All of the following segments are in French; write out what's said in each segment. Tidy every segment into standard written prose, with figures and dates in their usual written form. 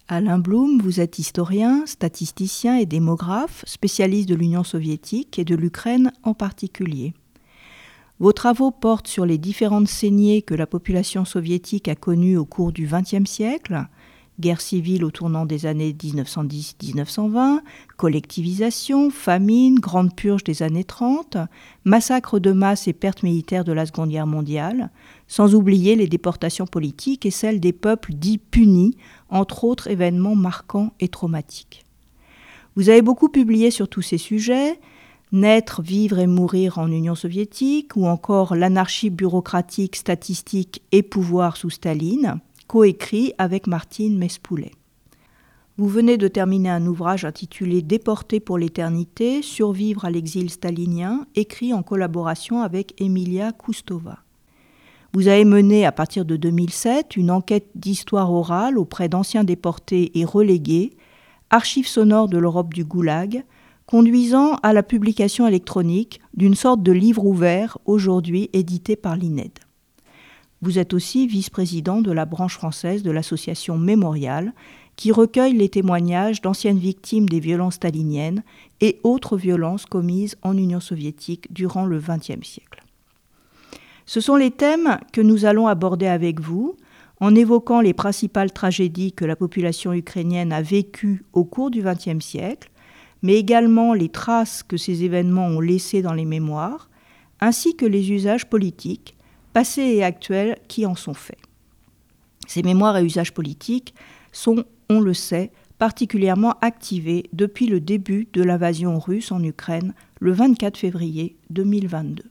Alain Blum, vous êtes historien, statisticien et démographe, spécialiste de l'Union soviétique et de l'Ukraine en particulier. Vos travaux portent sur les différentes saignées que la population soviétique a connues au cours du XXe siècle, guerre civile au tournant des années 1910-1920, collectivisation, famine, grande purge des années 30, massacres de masse et pertes militaires de la Seconde Guerre mondiale, sans oublier les déportations politiques et celles des peuples dits punis, entre autres événements marquants et traumatiques. Vous avez beaucoup publié sur tous ces sujets, Naître, vivre et mourir en Union soviétique, ou encore L'anarchie bureaucratique, statistique et pouvoir sous Staline, coécrit avec Martine Mespoulet. Vous venez de terminer un ouvrage intitulé Déportés pour l'éternité, survivre à l'exil stalinien, écrit en collaboration avec Emilia Koustova. Vous avez mené, à partir de 2007, une enquête d'histoire orale auprès d'anciens déportés et relégués, archives sonores de l'Europe du Goulag, conduisant à la publication électronique d'une sorte de livre ouvert, aujourd'hui édité par l'INED. Vous êtes aussi vice-président de la branche française de l'association Mémorial, qui recueille les témoignages d'anciennes victimes des violences staliniennes et autres violences commises en Union soviétique durant le XXe siècle. Ce sont les thèmes que nous allons aborder avec vous, en évoquant les principales tragédies que la population ukrainienne a vécues au cours du XXe siècle, mais également les traces que ces événements ont laissées dans les mémoires, ainsi que les usages politiques, passés et actuels, qui en sont faits. Ces mémoires et usages politiques sont, on le sait, particulièrement activés depuis le début de l'invasion russe en Ukraine, le 24 février 2022.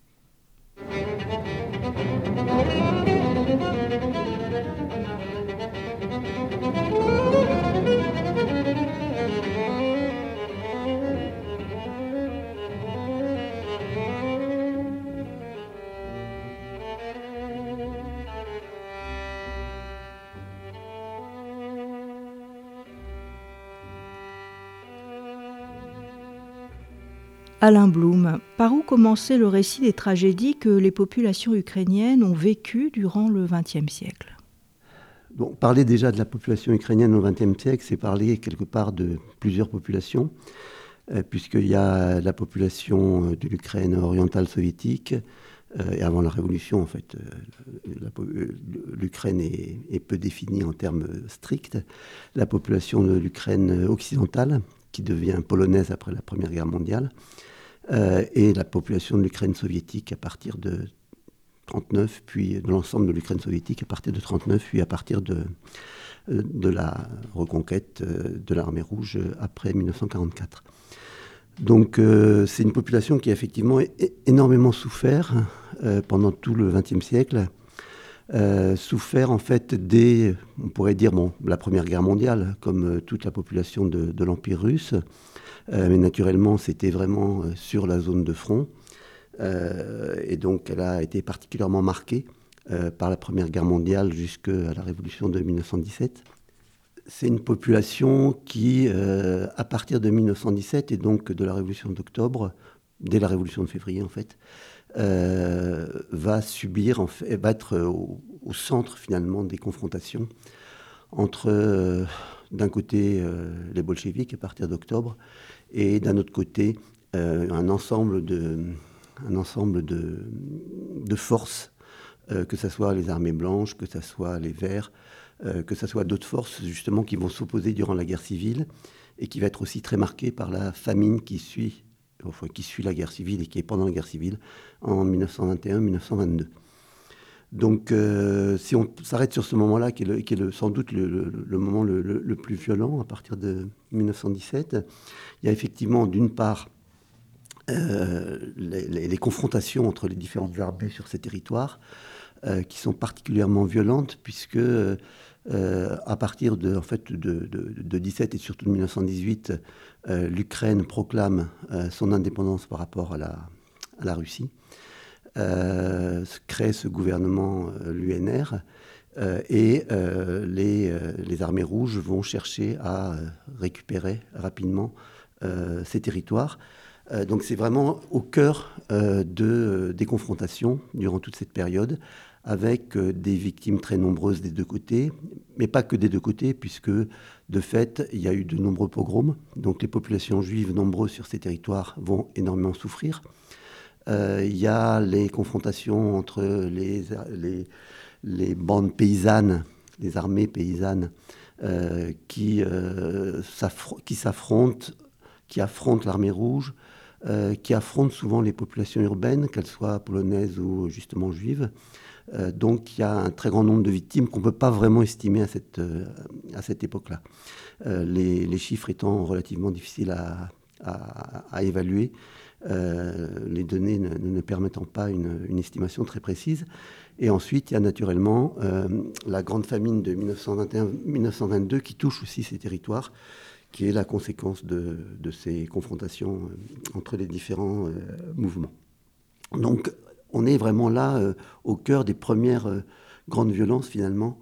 Alain Blum, par où commencer le récit des tragédies que les populations ukrainiennes ont vécues durant le XXe siècle ? Bon, parler déjà de la population ukrainienne au XXe siècle, c'est parler quelque part de plusieurs populations, puisqu'il y a la population de l'Ukraine orientale soviétique, et avant la Révolution, en fait, l'Ukraine est peu définie en termes stricts, la population de l'Ukraine occidentale, qui devient polonaise après la Première Guerre mondiale, et la population de l'Ukraine soviétique à partir de 1939, puis de l'ensemble de l'Ukraine soviétique à partir de 1939, puis à partir de la reconquête de l'armée rouge après 1944. Donc c'est une population qui a effectivement énormément souffert pendant tout le XXe siècle, souffert en fait dès, on pourrait dire, la Première Guerre mondiale, comme toute la population de l'Empire russe, mais naturellement c'était vraiment sur la zone de front, et donc elle a été particulièrement marquée par la Première Guerre mondiale jusqu'à la Révolution de 1917. C'est une population qui, à partir de 1917 et donc de la Révolution d'octobre, dès la Révolution de février en fait, va subir, va être au centre finalement des confrontations entre, d'un côté, les bolcheviks à partir d'octobre, et d'un autre côté, un ensemble de forces, que ce soit les armées blanches, que ce soit les verts, que ce soit d'autres forces justement qui vont s'opposer durant la guerre civile, et qui va être aussi très marquée par la famine qui suit la guerre civile et qui est pendant la guerre civile en 1921-1922. Donc si on s'arrête sur ce moment-là, qui est sans doute le moment le plus violent, à partir de 1917, il y a effectivement d'une part les confrontations entre les différentes armées sur ces territoires, qui sont particulièrement violentes, puisque à partir de 17 et surtout de 1918, l'Ukraine proclame son indépendance par rapport à la Russie, crée ce gouvernement, l'UNR, et les armées rouges vont chercher à récupérer rapidement ces territoires. Donc c'est vraiment au cœur des confrontations durant toute cette période, avec des victimes très nombreuses des deux côtés, mais pas que des deux côtés, puisque de fait, il y a eu de nombreux pogroms. Donc les populations juives nombreuses sur ces territoires vont énormément souffrir. Il y a les confrontations entre les bandes paysannes, les armées paysannes, qui s'affrontent, qui affrontent l'armée rouge, qui affrontent souvent les populations urbaines, qu'elles soient polonaises ou justement juives. Donc il y a un très grand nombre de victimes qu'on ne peut pas vraiment estimer à cette époque-là. Les chiffres étant relativement difficiles à évaluer, les données ne permettant pas une estimation très précise. Et ensuite, il y a naturellement la grande famine de 1921-1922 qui touche aussi ces territoires, qui est la conséquence de ces confrontations entre les différents mouvements. Donc, on est vraiment là au cœur des premières grandes violences, finalement,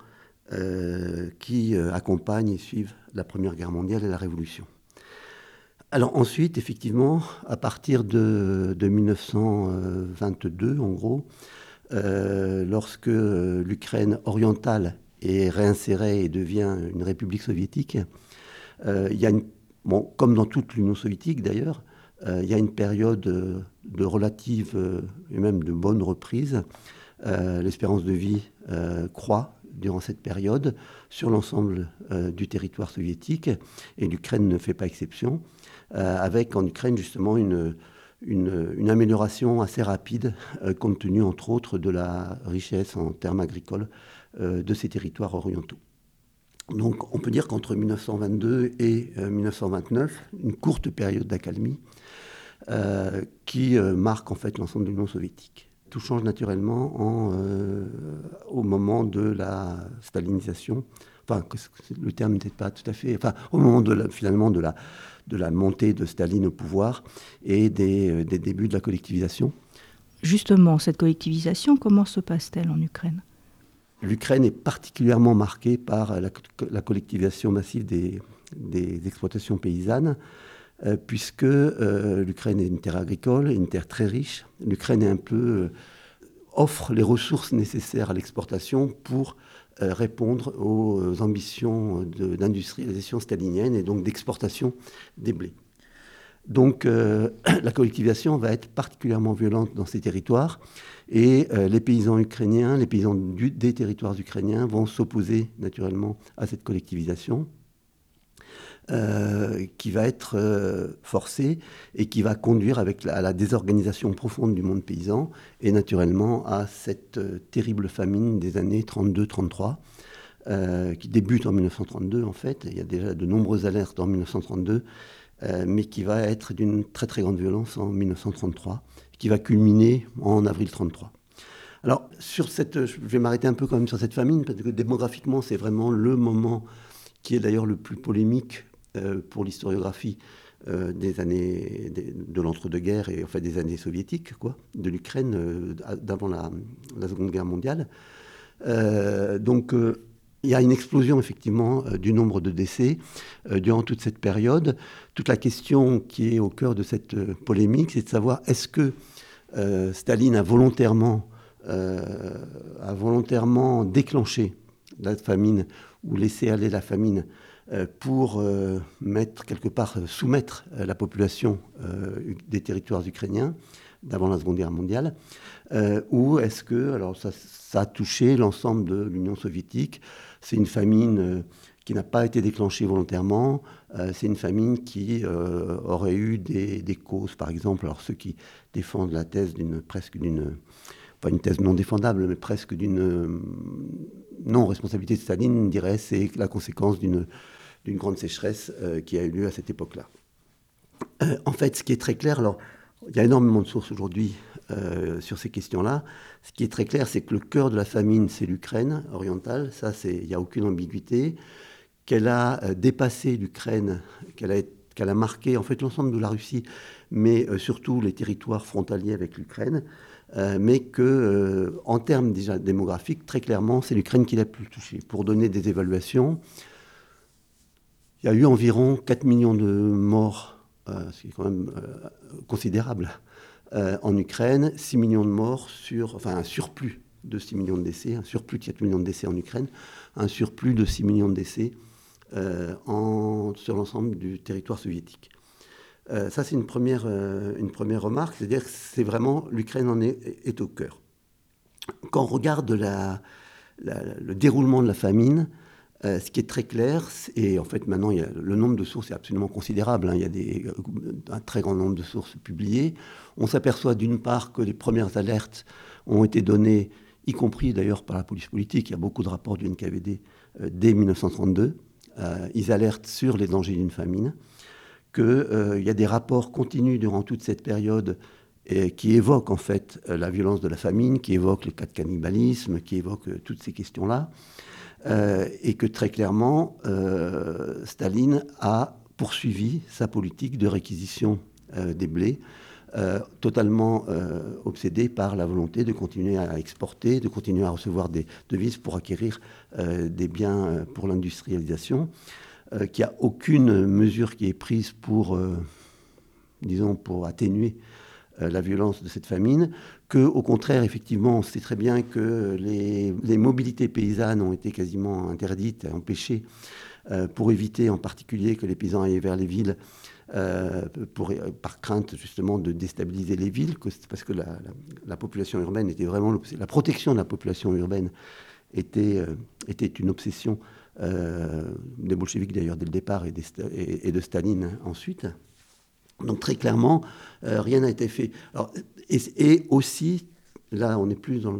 qui accompagnent et suivent la Première Guerre mondiale et la Révolution. Alors ensuite, effectivement, à partir de 1922, en gros, lorsque l'Ukraine orientale est réinsérée et devient une république soviétique, il y a comme dans toute l'Union soviétique d'ailleurs, il y a une période de relative et même de bonne reprise. L'espérance de vie croît durant cette période sur l'ensemble du territoire soviétique, et l'Ukraine ne fait pas exception, avec en Ukraine justement une amélioration assez rapide, compte tenu entre autres de la richesse en termes agricoles de ces territoires orientaux. Donc on peut dire qu'entre 1922 et 1929, une courte période d'accalmie qui marque en fait l'ensemble de l'Union soviétique. Tout change naturellement au moment de la stalinisation. Enfin, le terme n'était pas tout à fait... Enfin, au moment finalement de la montée de Staline au pouvoir et des débuts de la collectivisation. Justement, cette collectivisation, comment se passe-t-elle en Ukraine ? L'Ukraine est particulièrement marquée par la collectivisation massive des exploitations paysannes, puisque l'Ukraine est une terre agricole, une terre très riche. L'Ukraine est offre les ressources nécessaires à l'exportation pour répondre aux ambitions d'industrialisation stalinienne et donc d'exportation des blés. Donc la collectivisation va être particulièrement violente dans ces territoires, et les paysans ukrainiens, les paysans des territoires ukrainiens vont s'opposer naturellement à cette collectivisation qui va être forcée et qui va conduire à la désorganisation profonde du monde paysan et naturellement à cette terrible famine des années 32-33 qui débute en 1932 en fait. Il y a déjà de nombreuses alertes en 1932, mais qui va être d'une très très grande violence en 1933, qui va culminer en avril 1933. Alors, je vais m'arrêter un peu quand même sur cette famine, parce que démographiquement, c'est vraiment le moment qui est d'ailleurs le plus polémique pour l'historiographie de l'entre-deux-guerres et enfin des années soviétiques, de l'Ukraine d'avant la Seconde Guerre mondiale. Donc, il y a une explosion effectivement du nombre de décès durant toute cette période. Toute la question qui est au cœur de cette polémique, c'est de savoir est-ce que Staline a volontairement déclenché la famine ou laissé aller la famine pour soumettre la population des territoires ukrainiens d'avant la Seconde Guerre mondiale, ou est-ce que, alors ça a touché l'ensemble de l'Union soviétique, c'est une famine qui n'a pas été déclenchée volontairement, c'est une famine qui aurait eu des causes, par exemple, alors ceux qui défendent la thèse pas une thèse non défendable, mais presque d'une non-responsabilité de Staline, dirait c'est la conséquence d'une grande sécheresse qui a eu lieu à cette époque-là. En fait, ce qui est très clair, alors il y a énormément de sources aujourd'hui sur ces questions-là. Ce qui est très clair, c'est que le cœur de la famine, c'est l'Ukraine orientale. Ça, il n'y a aucune ambiguïté. Qu'elle a dépassé l'Ukraine, qu'elle a marqué en fait l'ensemble de la Russie, mais surtout les territoires frontaliers avec l'Ukraine. Mais en termes déjà démographiques, très clairement, c'est l'Ukraine qui l'a plus touchée. Pour donner des évaluations, il y a eu environ 4 millions de morts, ce qui est quand même considérable, en Ukraine, 6 millions de morts un surplus de 6 millions de décès, un surplus de 4 millions de décès en Ukraine, un surplus de 6 millions de décès sur l'ensemble du territoire soviétique. Ça, c'est une première remarque, c'est-à-dire que c'est vraiment, l'Ukraine en est au cœur. Quand on regarde le déroulement de la famine, ce qui est très clair, et en fait maintenant le nombre de sources est absolument considérable, il y a un très grand nombre de sources publiées. On s'aperçoit d'une part que les premières alertes ont été données, y compris d'ailleurs par la police politique. Il y a beaucoup de rapports du NKVD dès 1932. Ils alertent sur les dangers d'une famine, qu'il y a des rapports continus durant toute cette période qui évoquent en fait la violence de la famine, qui évoquent les cas de cannibalisme, qui évoquent toutes ces questions-là. Et que très clairement, Staline a poursuivi sa politique de réquisition des blés, totalement obsédé par la volonté de continuer à exporter, de continuer à recevoir des devises pour acquérir des biens pour l'industrialisation, qu'il n'y a aucune mesure qui est prise pour atténuer la violence de cette famine, qu'au contraire, effectivement, on sait très bien que les mobilités paysannes ont été quasiment interdites, empêchées, pour éviter en particulier que les paysans aillent vers les villes, par crainte justement de déstabiliser les villes, parce que la population urbaine était vraiment... La protection de la population urbaine était une obsession des bolcheviks d'ailleurs dès le départ et de Staline ensuite. Donc très clairement, rien n'a été fait. Alors, et aussi, là, on n'est plus dans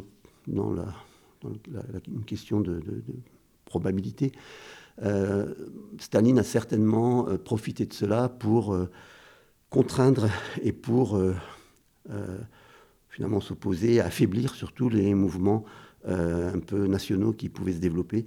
une question de probabilité. Staline a certainement profité de cela pour contraindre et pour finalement s'opposer, affaiblir surtout les mouvements un peu nationaux qui pouvaient se développer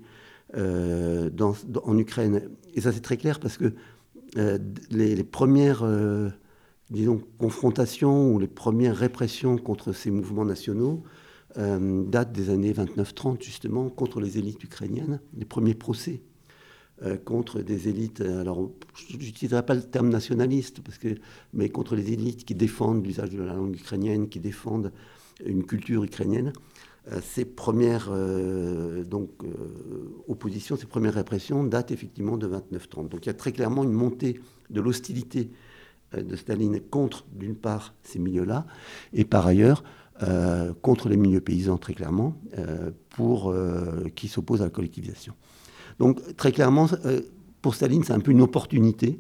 en Ukraine. Et ça, c'est très clair parce que les premières confrontations ou les premières répressions contre ces mouvements nationaux datent des années 29-30, justement, contre les élites ukrainiennes. Les premiers procès contre des élites, alors je n'utiliserai pas le terme nationaliste, mais contre les élites qui défendent l'usage de la langue ukrainienne, qui défendent une culture ukrainienne. Ces premières oppositions, ces premières répressions datent effectivement de 29-30. Donc il y a très clairement une montée de l'hostilité de Staline contre, d'une part, ces milieux-là, et par ailleurs, contre les milieux paysans, très clairement, qui s'opposent à la collectivisation. Donc très clairement, pour Staline, c'est un peu une opportunité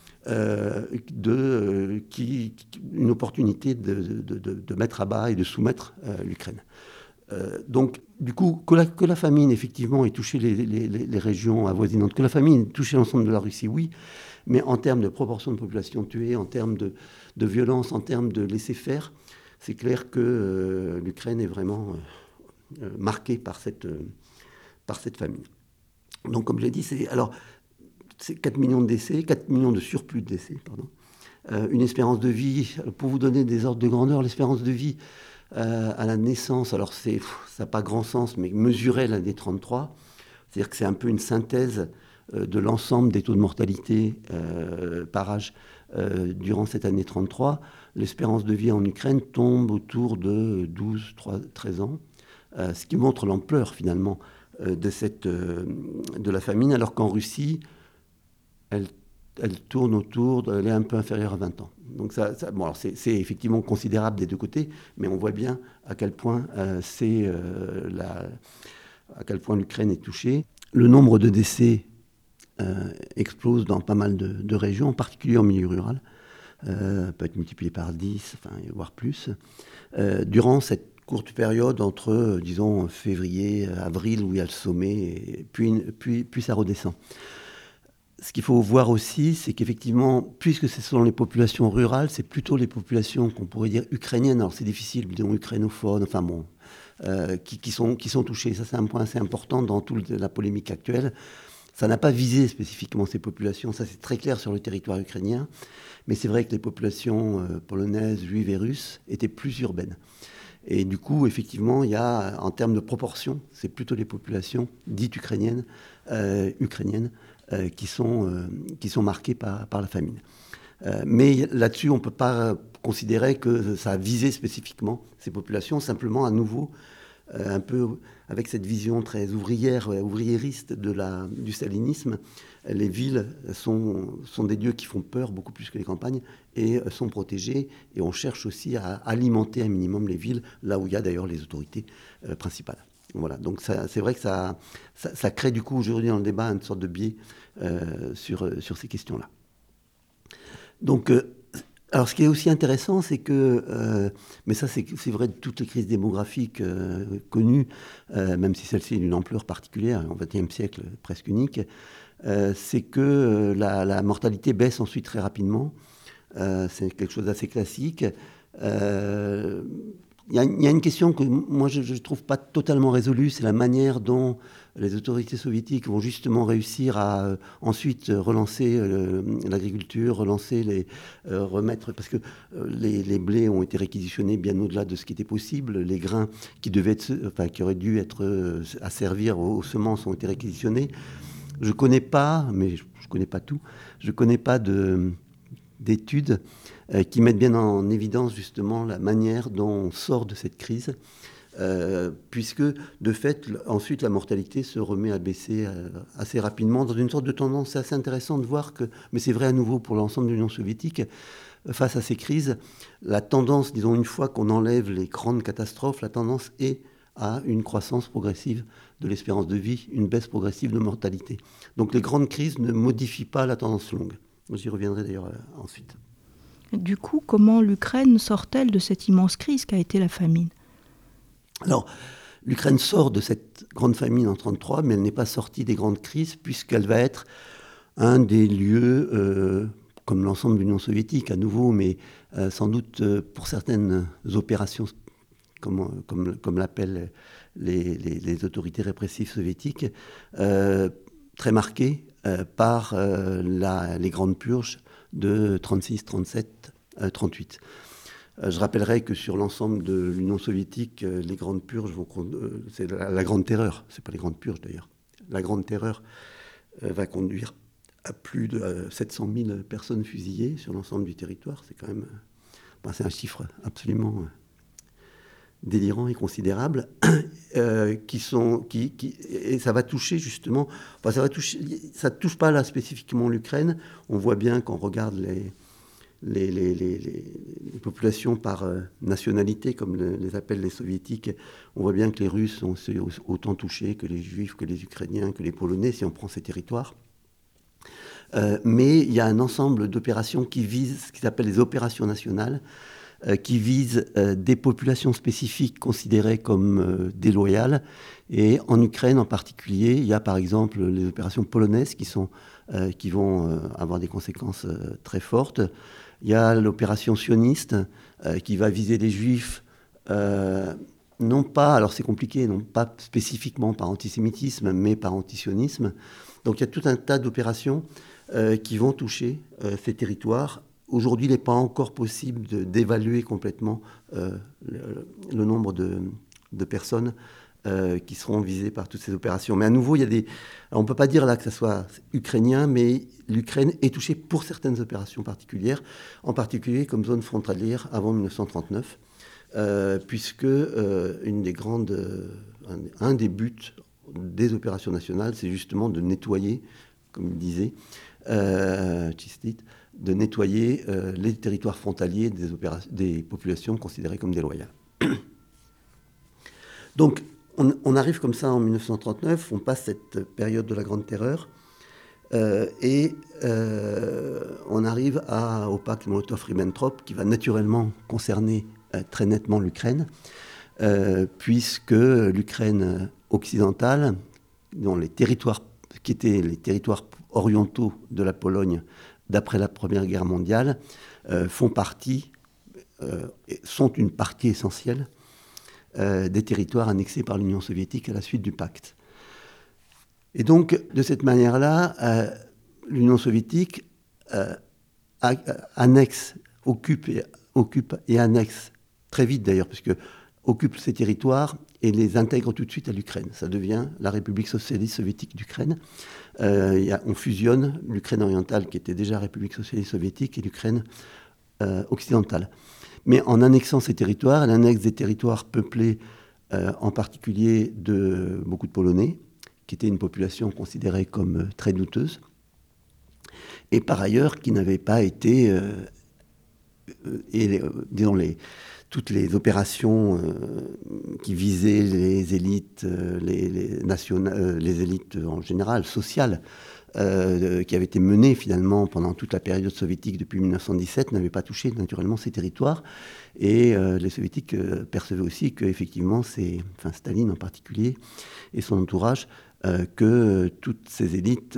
de mettre à bas et de soumettre l'Ukraine. Donc, du coup, que la famine, effectivement, ait touché les régions avoisinantes, que la famine ait touché l'ensemble de la Russie, oui, mais en termes de proportion de population tuée, en termes de violence, en termes de laisser-faire, c'est clair que l'Ukraine est vraiment marquée par cette famine. Donc, comme je l'ai dit, c'est 4 millions de décès, 4 millions de surplus de décès, pardon. Une espérance de vie, pour vous donner des ordres de grandeur, l'espérance de vie à la naissance, alors ça n'a pas grand sens, mais mesurer l'année 33, c'est-à-dire que c'est un peu une synthèse de l'ensemble des taux de mortalité par âge durant cette année 33. L'espérance de vie en Ukraine tombe autour de 12-13 ans, ce qui montre l'ampleur finalement de la famine, alors qu'en Russie, elle tourne elle est un peu inférieure à 20 ans. Donc alors c'est effectivement considérable des deux côtés, mais on voit bien à quel point l'Ukraine est touchée. Le nombre de décès explose dans pas mal de régions, en particulier en milieu rural, peut être multiplié par 10, voire plus, durant cette courte période entre, disons, février, avril, où il y a le sommet, et puis ça redescend. Ce qu'il faut voir aussi, c'est qu'effectivement, puisque ce sont les populations rurales, c'est plutôt les populations qu'on pourrait dire ukrainiennes, alors c'est difficile, disons ukrainophones, qui sont touchées. Ça, c'est un point assez important dans toute la polémique actuelle. Ça n'a pas visé spécifiquement ces populations, ça c'est très clair sur le territoire ukrainien, mais c'est vrai que les populations polonaises, juives et russes étaient plus urbaines. Et du coup, effectivement, il y a, en termes de proportion, c'est plutôt les populations dites ukrainiennes, qui sont marquées par la famine. Mais là-dessus, on ne peut pas considérer que ça a visé spécifiquement ces populations. Simplement, à nouveau, un peu avec cette vision très ouvriériste du stalinisme. Les villes sont des lieux qui font peur beaucoup plus que les campagnes et sont protégées. Et on cherche aussi à alimenter un minimum les villes, là où il y a d'ailleurs les autorités principales. Voilà, donc c'est vrai que ça crée du coup aujourd'hui dans le débat une sorte de biais sur ces questions-là. Donc, alors ce qui est aussi intéressant, c'est que, mais ça c'est vrai de toutes les crises démographiques connues, même si celle-ci est d'une ampleur particulière, au XXe siècle presque unique, c'est que la mortalité baisse ensuite très rapidement. C'est quelque chose d'assez classique. Il y a une question que moi je ne trouve pas totalement résolue, c'est la manière dont les autorités soviétiques vont justement réussir à ensuite relancer l'agriculture, remettre, parce que les blés ont été réquisitionnés bien au-delà de ce qui était possible, les grains qui auraient dû être à servir aux semences ont été réquisitionnés. Je connais pas, mais je connais pas tout, je connais pas d'études qui mettent bien en évidence justement la manière dont on sort de cette crise, puisque de fait, ensuite la mortalité se remet à baisser assez rapidement dans une sorte de tendance. C'est assez intéressant de voir que, mais c'est vrai à nouveau pour l'ensemble de l'Union soviétique, face à ces crises, la tendance, disons une fois qu'on enlève les grandes catastrophes, la tendance est à une croissance progressive de l'espérance de vie, une baisse progressive de mortalité. Donc les grandes crises ne modifient pas la tendance longue. J'y reviendrai d'ailleurs ensuite. Du coup, comment l'Ukraine sort-elle de cette immense crise qu'a été la famine ? Alors, l'Ukraine sort de cette grande famine en 1933, mais elle n'est pas sortie des grandes crises, puisqu'elle va être un des lieux, comme l'ensemble de l'Union soviétique à nouveau, mais sans doute pour certaines opérations, comme l'appellent les autorités répressives soviétiques, très marquées par les grandes purges de 36, 37, 38. Je rappellerai que sur l'ensemble de l'Union soviétique, les grandes purges c'est la grande terreur, c'est pas les grandes purges d'ailleurs. La grande terreur va conduire à plus de 700 000 personnes fusillées sur l'ensemble du territoire. C'est quand même, c'est un chiffre absolument délirant et considérable, et ça va toucher justement, ça ne touche pas là spécifiquement l'Ukraine. On voit bien quand on regarde les populations par nationalité, comme les appellent les soviétiques, on voit bien que les Russes sont autant touchés que les Juifs, que les Ukrainiens, que les Polonais, si on prend ces territoires. Mais il y a un ensemble d'opérations qui visent ce qu'ils appellent les opérations nationales, qui visent des populations spécifiques considérées comme déloyales. Et en Ukraine en particulier, il y a par exemple les opérations polonaises qui vont avoir des conséquences très fortes. Il y a l'opération sioniste qui va viser les Juifs, non pas, alors c'est compliqué, non pas spécifiquement par antisémitisme, mais par antisionisme. Donc il y a tout un tas d'opérations qui vont toucher ces territoires. Aujourd'hui, il n'est pas encore possible d'évaluer complètement le nombre de personnes qui seront visées par toutes ces opérations. Mais à nouveau, on ne peut pas dire là que ça soit ukrainien, mais l'Ukraine est touchée pour certaines opérations particulières, en particulier comme zone frontalière avant 1939, puisque un des buts des opérations nationales, c'est justement de nettoyer, comme il disait, Chistit, de nettoyer les territoires frontaliers des populations considérées comme déloyales. Donc, on arrive comme ça en 1939, on passe cette période de la Grande Terreur, et on arrive au pacte Molotov-Ribbentrop, qui va naturellement concerner très nettement l'Ukraine, puisque l'Ukraine occidentale, dont les territoires qui étaient les territoires orientaux de la Pologne d'après la Première Guerre mondiale, sont une partie essentielle des territoires annexés par l'Union soviétique à la suite du pacte. Et donc, de cette manière-là, l'Union soviétique occupe et annexe, très vite d'ailleurs, puisque occupe ces territoires et les intègre tout de suite à l'Ukraine. Ça devient la République socialiste soviétique d'Ukraine. On fusionne l'Ukraine orientale, qui était déjà République socialiste soviétique, et l'Ukraine occidentale. Mais en annexant ces territoires, elle annexe des territoires peuplés en particulier de beaucoup de Polonais, qui étaient une population considérée comme très douteuse, et par ailleurs qui n'avaient pas été, toutes les opérations qui visaient les élites, les élites en général, sociales, qui avaient été menées finalement pendant toute la période soviétique depuis 1917, n'avaient pas touché naturellement ces territoires. Et les soviétiques percevaient aussi qu'effectivement, Staline en particulier, et son entourage, que toutes ces élites...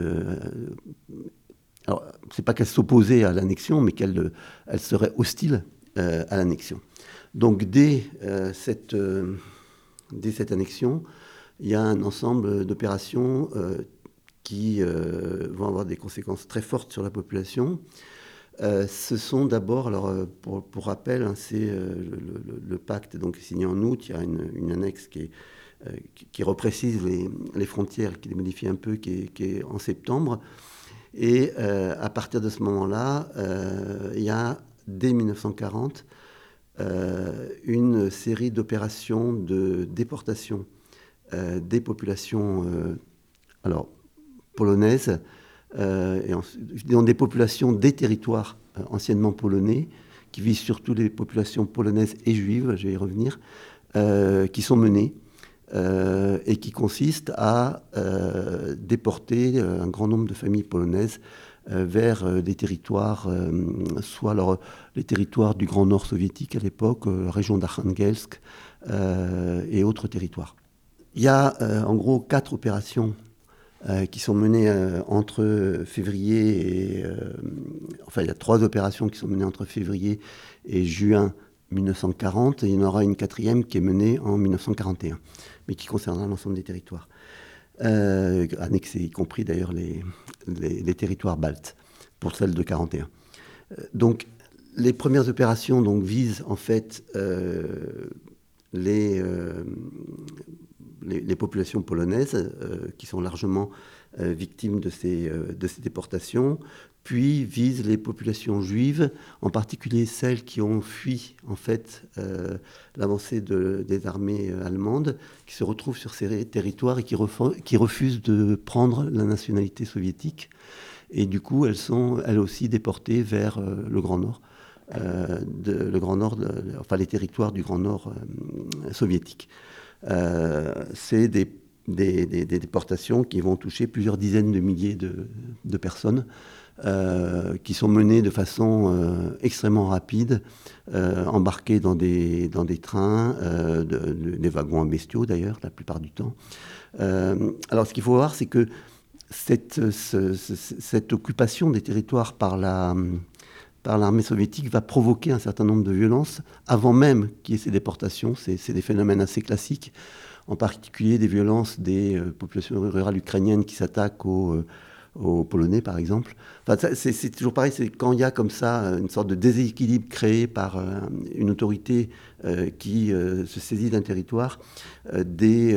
alors, c'est pas qu'elles s'opposaient à l'annexion, mais qu'elles seraient hostiles à l'annexion. Donc, dès cette annexion, il y a un ensemble d'opérations qui vont avoir des conséquences très fortes sur la population. Ce sont d'abord, alors pour rappel, hein, c'est le pacte donc, signé en août. Il y a une annexe qui reprécise les frontières, qui les modifie un peu, qui est en septembre. Et à partir de ce moment-là, il y a, dès 1940, une série d'opérations de déportation des populations polonaises, dans des populations des territoires anciennement polonais, qui visent surtout les populations polonaises et juives, je vais y revenir, qui sont menées et qui consistent à déporter un grand nombre de familles polonaises vers des territoires, soit les territoires du Grand Nord soviétique à l'époque, la région d'Arkhangelsk et autres territoires. Il y a en gros 4 opérations qui sont menées entre février et... il y a 3 opérations qui sont menées entre février et juin 1940, et il y en aura une 4e qui est menée en 1941, mais qui concernera l'ensemble des territoires, annexés, y compris d'ailleurs les territoires baltes, pour celle de 41. Donc, les premières opérations visent en fait les populations polonaises qui sont largement victimes de ces déportations, puis visent les populations juives, en particulier celles qui ont fui en fait l'avancée des armées allemandes, qui se retrouvent sur ces territoires et qui refusent de prendre la nationalité soviétique. Et du coup, elles sont elles aussi déportées vers le Grand Nord. Les territoires du Grand Nord soviétique. C'est des déportations qui vont toucher plusieurs dizaines de milliers de personnes, qui sont menées de façon extrêmement rapide, embarquées dans des trains, des wagons en bestiaux d'ailleurs, la plupart du temps. Alors ce qu'il faut voir, c'est que cette occupation des territoires par l'armée soviétique va provoquer un certain nombre de violences avant même qu'il y ait ces déportations. C'est des phénomènes assez classiques, en particulier des violences des populations rurales ukrainiennes qui s'attaquent aux Polonais, par exemple. C'est toujours pareil, c'est quand il y a comme ça une sorte de déséquilibre créé par une autorité qui se saisit d'un territoire, alors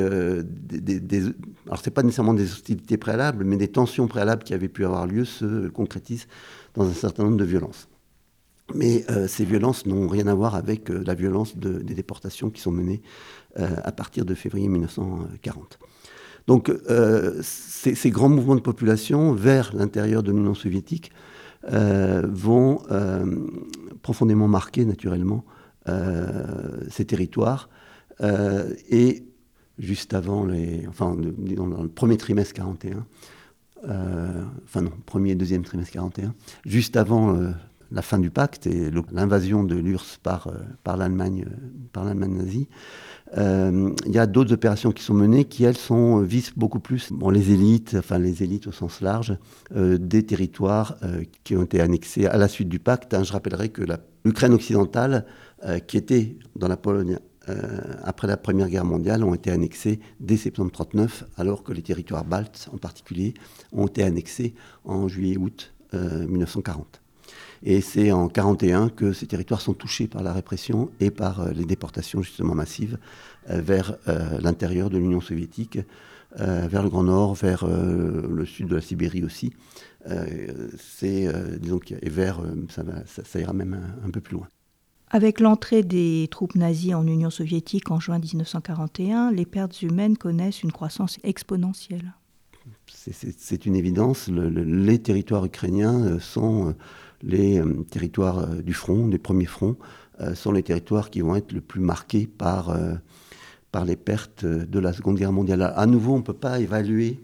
c'est pas nécessairement des hostilités préalables, mais des tensions préalables qui avaient pu avoir lieu se concrétisent dans un certain nombre de violences. Mais ces violences n'ont rien à voir avec la violence des déportations qui sont menées à partir de février 1940. Donc ces grands mouvements de population vers l'intérieur de l'Union soviétique vont profondément marquer naturellement ces territoires. Et juste avant dans le premier trimestre 41, premier et deuxième trimestre 41, juste avant la fin du pacte et l'invasion de l'URSS par l'Allemagne nazie, il y a d'autres opérations qui sont menées qui, elles, visent beaucoup plus les élites au sens large, des territoires qui ont été annexés à la suite du pacte. Je rappellerai que l'Ukraine occidentale, qui était dans la Pologne après la Première Guerre mondiale, ont été annexés dès septembre 1939, alors que les territoires baltes, en particulier, ont été annexés en juillet-août 1940. Et c'est en 1941 que ces territoires sont touchés par la répression et par les déportations justement massives vers l'intérieur de l'Union soviétique, vers le Grand Nord, vers le sud de la Sibérie aussi. Ça ira même un peu plus loin. Avec l'entrée des troupes nazies en Union soviétique en juin 1941, les pertes humaines connaissent une croissance exponentielle. C'est une évidence. Les territoires ukrainiens sont les territoires du front, des premiers fronts, sont les territoires qui vont être le plus marqués par les pertes de la Seconde Guerre mondiale. À nouveau, on ne peut pas évaluer,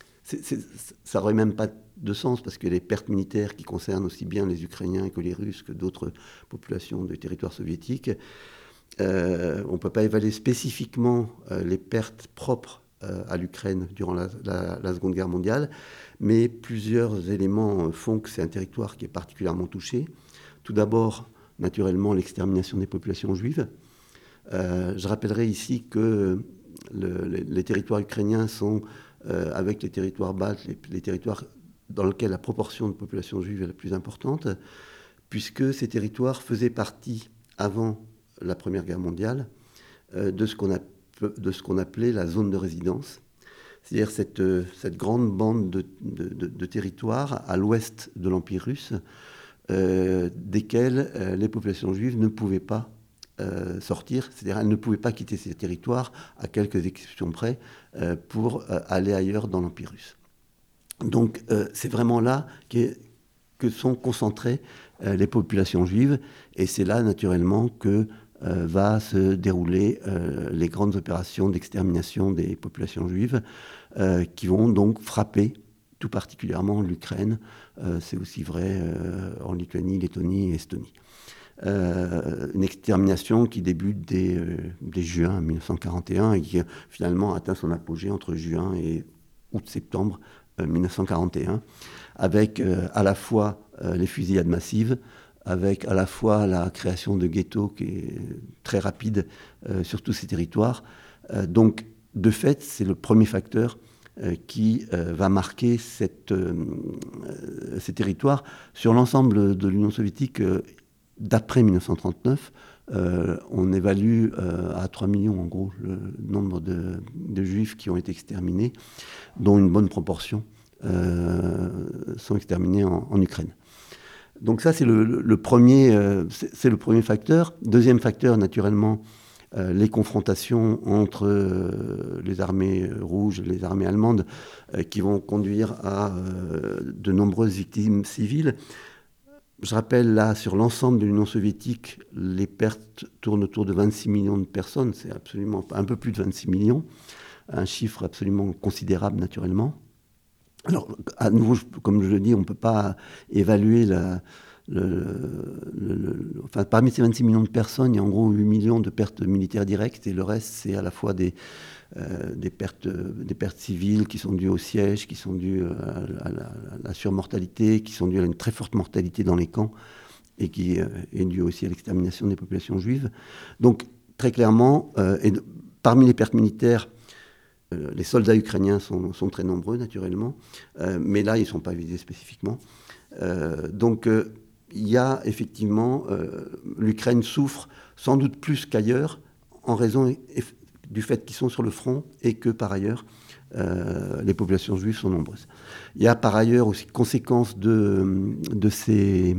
ça n'aurait même pas de sens, parce que les pertes militaires qui concernent aussi bien les Ukrainiens que les Russes, que d'autres populations du territoire soviétique, on ne peut pas évaluer spécifiquement les pertes propres à l'Ukraine durant la Seconde Guerre mondiale, mais plusieurs éléments font que c'est un territoire qui est particulièrement touché. Tout d'abord, naturellement, l'extermination des populations juives. Je rappellerai ici que les territoires ukrainiens sont, avec les territoires baltes, les territoires dans lesquels la proportion de population juive est la plus importante, puisque ces territoires faisaient partie, avant la Première Guerre mondiale, de ce qu'on appelait la zone de résidence, c'est-à-dire cette grande bande de territoires à l'ouest de l'Empire russe, desquels les populations juives ne pouvaient pas sortir, c'est-à-dire elles ne pouvaient pas quitter ces territoires, à quelques exceptions près, pour aller ailleurs dans l'Empire russe. Donc c'est vraiment là que sont concentrées les populations juives, et c'est là naturellement que va se dérouler les grandes opérations d'extermination des populations juives qui vont donc frapper tout particulièrement l'Ukraine. C'est aussi vrai en Lituanie, Lettonie et Estonie. Une extermination qui débute dès juin 1941 et qui finalement atteint son apogée entre juin et août-septembre 1941, avec à la fois les fusillades massives, avec à la fois la création de ghettos qui est très rapide sur tous ces territoires. Donc, de fait, c'est le premier facteur qui va marquer ces territoires. Sur l'ensemble de l'Union soviétique, d'après 1939, on évalue à 3 millions, en gros, le nombre de juifs qui ont été exterminés, dont une bonne proportion sont exterminés en Ukraine. Donc ça, c'est le premier facteur. Deuxième facteur, naturellement, les confrontations entre les armées rouges et les armées allemandes qui vont conduire à de nombreuses victimes civiles. Je rappelle là, sur l'ensemble de l'Union soviétique, les pertes tournent autour de 26 millions de personnes. C'est absolument un peu plus de 26 millions. Un chiffre absolument considérable, naturellement. Alors, à nouveau, comme je le dis, on ne peut pas évaluer enfin, parmi ces 26 millions de personnes, il y a en gros 8 millions de pertes militaires directes, et le reste, c'est à la fois des pertes civiles qui sont dues au siège, qui sont dues à la surmortalité, qui sont dues à une très forte mortalité dans les camps, et qui est due aussi à l'extermination des populations juives. Donc, très clairement, parmi les pertes militaires, les soldats ukrainiens sont très nombreux, naturellement, mais là, ils ne sont pas visés spécifiquement. Donc, il y a effectivement, l'Ukraine souffre sans doute plus qu'ailleurs, en raison du fait qu'ils sont sur le front et que, par ailleurs, les populations juives sont nombreuses. Il y a par ailleurs aussi conséquences de ces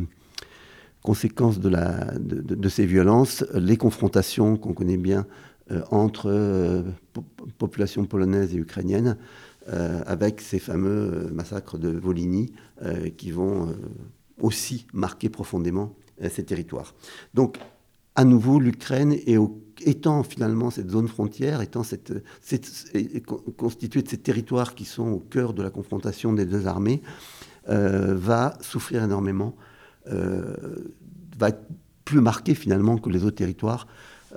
violences, les confrontations qu'on connaît bien entre populations polonaises et ukrainiennes, avec ces fameux massacres de Volhynie qui vont aussi marquer profondément ces territoires. Donc, à nouveau, l'Ukraine étant finalement cette zone frontière, constituée de ces territoires qui sont au cœur de la confrontation des deux armées, va souffrir énormément, va être plus marquée finalement que les autres territoires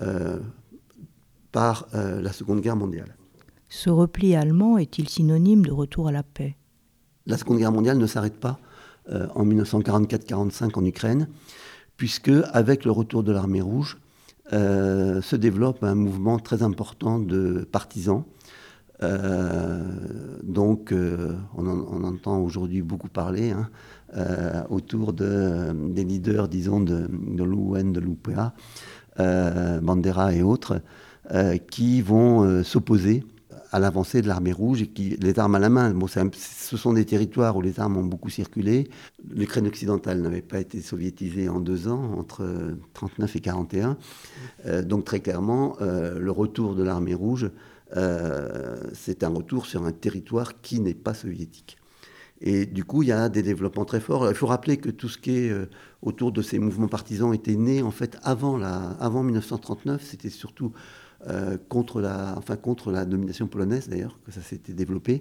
par la Seconde Guerre mondiale. Ce repli allemand est-il synonyme de retour à la paix ? La Seconde Guerre mondiale ne s'arrête pas en 1944-45 en Ukraine, puisque avec le retour de l'armée rouge, se développe un mouvement très important de partisans. Donc, on entend aujourd'hui beaucoup parler autour des leaders, disons, de l'UN, de l'UPA, Bandera et autres, qui vont s'opposer à l'avancée de l'armée rouge et les armes à la main. Bon, ce sont des territoires où les armes ont beaucoup circulé. L'Ukraine occidentale n'avait pas été soviétisée en 2 ans, entre 1939 et 1941. Donc très clairement, le retour de l'armée rouge, c'est un retour sur un territoire qui n'est pas soviétique. Et du coup, il y a des développements très forts. Il faut rappeler que tout ce qui est autour de ces mouvements partisans était né en fait avant 1939. C'était surtout contre la domination polonaise d'ailleurs que ça s'était développé.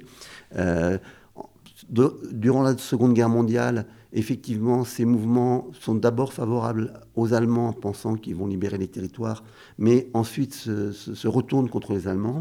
Durant la Seconde Guerre mondiale, effectivement, ces mouvements sont d'abord favorables aux Allemands, pensant qu'ils vont libérer les territoires, mais ensuite se retournent contre les Allemands.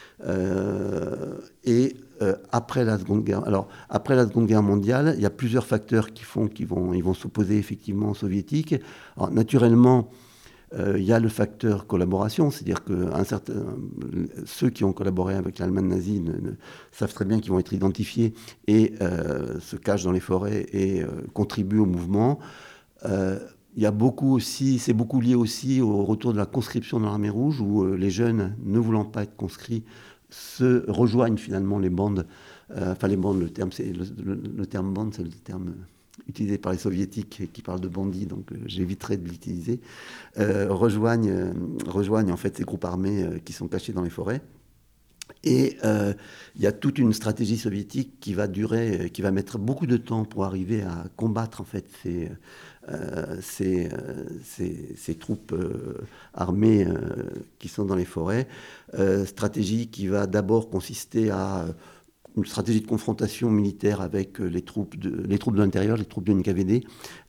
Après la Seconde Guerre mondiale, il y a plusieurs facteurs qui font qu'ils vont s'opposer effectivement aux soviétiques. Alors, naturellement, il y a le facteur collaboration, c'est-à-dire que ceux qui ont collaboré avec l'Allemagne nazie savent très bien qu'ils vont être identifiés et se cachent dans les forêts et contribuent au mouvement. Il y a c'est beaucoup lié aussi au retour de la conscription dans l'armée rouge, où les jeunes, ne voulant pas être conscrits, se rejoignent finalement les bandes. Les bandes, le terme bande, c'est le terme utilisé par les soviétiques qui parlent de bandits, donc j'éviterai de l'utiliser, rejoignent en fait ces groupes armés qui sont cachés dans les forêts. Et il y a toute une stratégie soviétique qui va mettre beaucoup de temps pour arriver à combattre en fait ces troupes armées qui sont dans les forêts. Stratégie qui va d'abord consister à une stratégie de confrontation militaire avec les troupes de l'intérieur, les troupes de NKVD,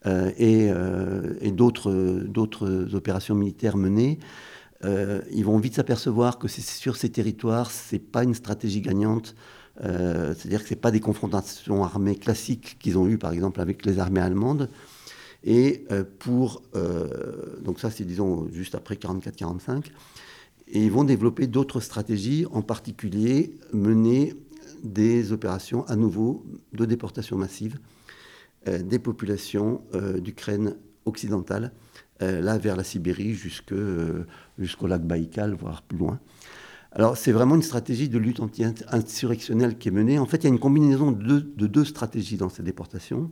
et d'autres opérations militaires menées. Ils vont vite s'apercevoir que sur ces territoires, c'est pas une stratégie gagnante. C'est-à-dire que c'est pas des confrontations armées classiques qu'ils ont eues, par exemple, avec les armées allemandes. Et donc ça, c'est disons juste après 44-45. Et ils vont développer d'autres stratégies, en particulier mener des opérations à nouveau de déportation massive des populations d'Ukraine occidentale, là vers la Sibérie jusqu'au lac Baïkal, voire plus loin. Alors c'est vraiment une stratégie de lutte anti-insurrectionnelle qui est menée. En fait, il y a une combinaison de deux stratégies dans ces déportations.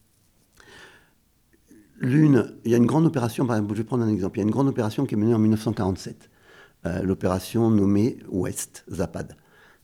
Il y a une grande opération, par exemple, je vais prendre un exemple, il y a une grande opération qui est menée en 1947, l'opération nommée Ouest, Zapad.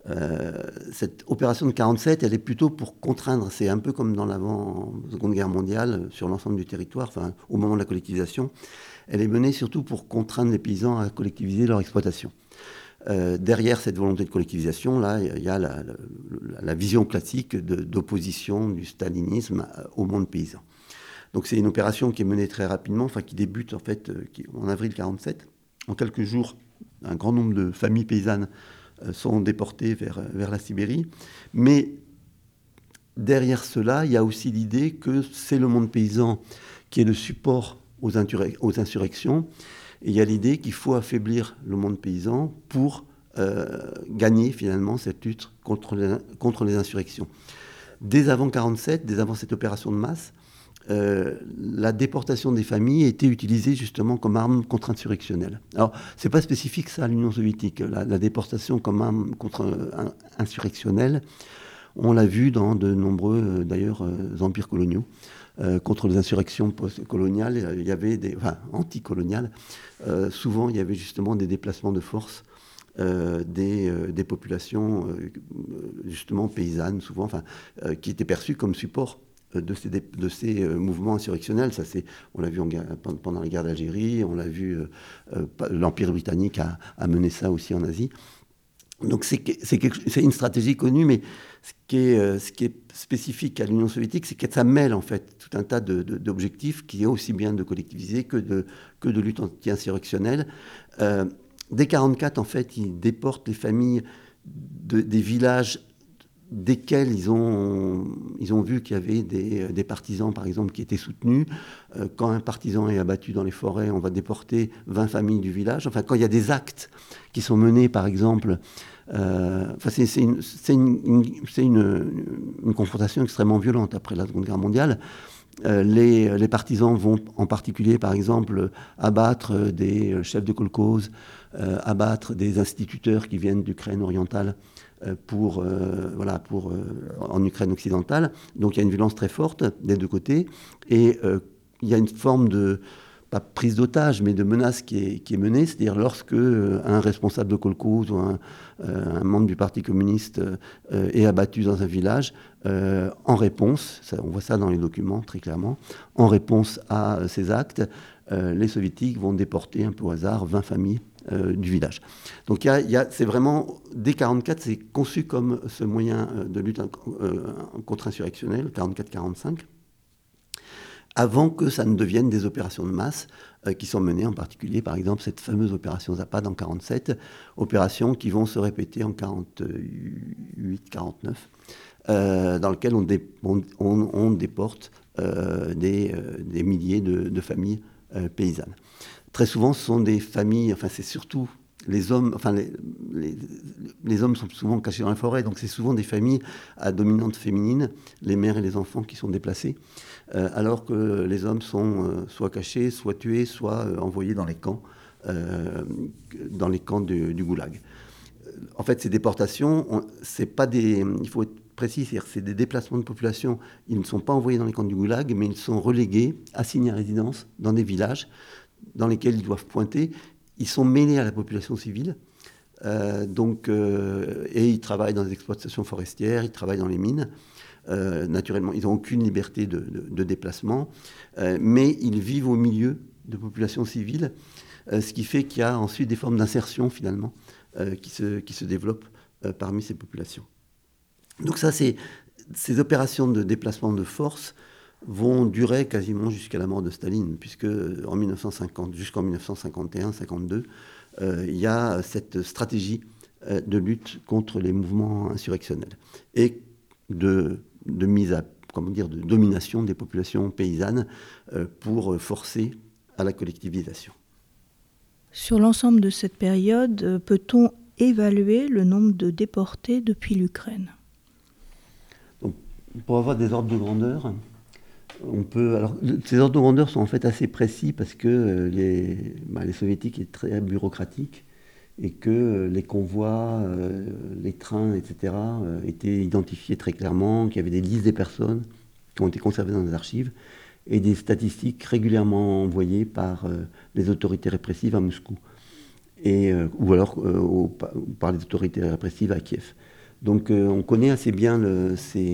Cette opération de 1947, elle est plutôt pour contraindre, c'est un peu comme dans l'avant-Seconde Guerre mondiale, sur l'ensemble du territoire, au moment de la collectivisation, elle est menée surtout pour contraindre les paysans à collectiviser leur exploitation. Derrière cette volonté de collectivisation, là, il y a la vision classique d'opposition du stalinisme au monde paysan. Donc c'est une opération qui est menée très rapidement, qui débute en fait en avril 1947. En quelques jours, un grand nombre de familles paysannes sont déportés vers la Sibérie. Mais derrière cela, il y a aussi l'idée que c'est le monde paysan qui est le support aux insurrections. Et il y a l'idée qu'il faut affaiblir le monde paysan pour gagner finalement cette lutte contre les insurrections. Dès avant 1947, dès avant cette opération de masse, la déportation des familles était utilisée justement comme arme contre-insurrectionnelle. Alors, c'est pas spécifique ça à l'Union soviétique. La déportation comme arme contre-insurrectionnelle, on l'a vu dans de nombreux, d'ailleurs, empires coloniaux. Contre les insurrections post-coloniales, il y avait anticoloniales. Souvent, il y avait justement des déplacements de force des populations, justement paysannes, souvent, qui étaient perçues comme support de ces mouvements insurrectionnels. Ça, on l'a vu pendant la guerre d'Algérie, on l'a vu, l'Empire britannique a mené ça aussi en Asie. Donc c'est une stratégie connue, mais ce qui est spécifique à l'Union soviétique, c'est que ça mêle en fait tout un tas d'objectifs qui est aussi bien de collectiviser que de lutte anti-insurrectionnelle. Dès 1944, en fait, ils déportent les familles des villages desquels ils ont vu qu'il y avait des partisans, par exemple, qui étaient soutenus. Quand un partisan est abattu dans les forêts, on va déporter 20 familles du village. Enfin, quand il y a des actes qui sont menés, par exemple, c'est une confrontation extrêmement violente après la Seconde Guerre mondiale. Les partisans vont en particulier, par exemple, abattre des chefs de kolkhoz, abattre des instituteurs qui viennent d'Ukraine orientale en Ukraine occidentale. Donc il y a une violence très forte des deux côtés. Et il y a une forme de, pas prise d'otage, mais de menace qui est menée. C'est-à-dire lorsque un responsable de kolkhoz ou un membre du Parti communiste est abattu dans un village, en réponse, on voit ça dans les documents très clairement, en réponse à ces actes, les soviétiques vont déporter un peu au hasard 20 familles du village. Donc c'est vraiment, dès 1944, c'est conçu comme ce moyen de lutte contre-insurrectionnelle, 44-45, avant que ça ne devienne des opérations de masse qui sont menées, en particulier, par exemple, cette fameuse opération Zapad en 1947, opérations qui vont se répéter en 1948-1949, dans lequel on déporte des milliers de familles paysannes. Très souvent, ce sont des familles, enfin c'est surtout les hommes, enfin les hommes sont souvent cachés dans la forêt, donc c'est souvent des familles à dominante féminine, les mères et les enfants qui sont déplacés, alors que les hommes sont soit cachés, soit tués, soit envoyés dans les camps du goulag. En fait, ces déportations, c'est pas des, il faut être précis, c'est des déplacements de population. Ils ne sont pas envoyés dans les camps du goulag, mais ils sont relégués, assignés à résidence dans des villages dans lesquels ils doivent pointer. Ils sont mêlés à la population civile, et ils travaillent dans des exploitations forestières, ils travaillent dans les mines. Naturellement, ils n'ont aucune liberté de déplacement, mais ils vivent au milieu de populations civiles, ce qui fait qu'il y a ensuite des formes d'insertion, finalement, qui se développent parmi ces populations. Donc ça, ces opérations de déplacement de force vont durer quasiment jusqu'à la mort de Staline, puisque jusqu'en 1951-52, il y a cette stratégie de lutte contre les mouvements insurrectionnels et de domination des populations paysannes pour forcer à la collectivisation. Sur l'ensemble de cette période, peut-on évaluer le nombre de déportés depuis l'Ukraine ? Donc, pour avoir des ordres de grandeur, ces ordres de grandeur sont en fait assez précis parce que les soviétiques étaient très bureaucratiques et que les convois, les trains, etc. Étaient identifiés très clairement, qu'il y avait des listes des personnes qui ont été conservées dans les archives et des statistiques régulièrement envoyées par les autorités répressives à Moscou ou alors par les autorités répressives à Kiev. Donc on connaît assez bien le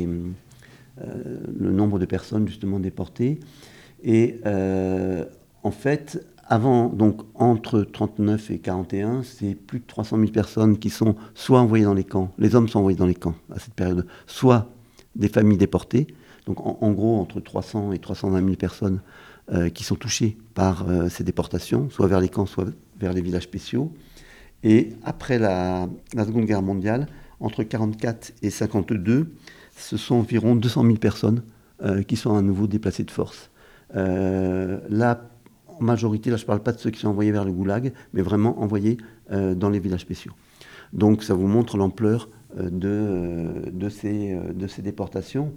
nombre de personnes justement déportées. Et en fait, entre 1939 et 1941, c'est plus de 300 000 personnes qui sont soit envoyées dans les camps, les hommes sont envoyés dans les camps à cette période, soit des familles déportées. Donc en gros, entre 300 et 320 000 personnes qui sont touchées par ces déportations, soit vers les camps, soit vers les villages spéciaux. Et après la Seconde Guerre mondiale, entre 1944 et 1952, ce sont environ 200 000 personnes qui sont à nouveau déplacées de force. Là, en majorité, je ne parle pas de ceux qui sont envoyés vers le goulag, mais vraiment envoyés dans les villages spéciaux. Donc ça vous montre l'ampleur de ces déportations.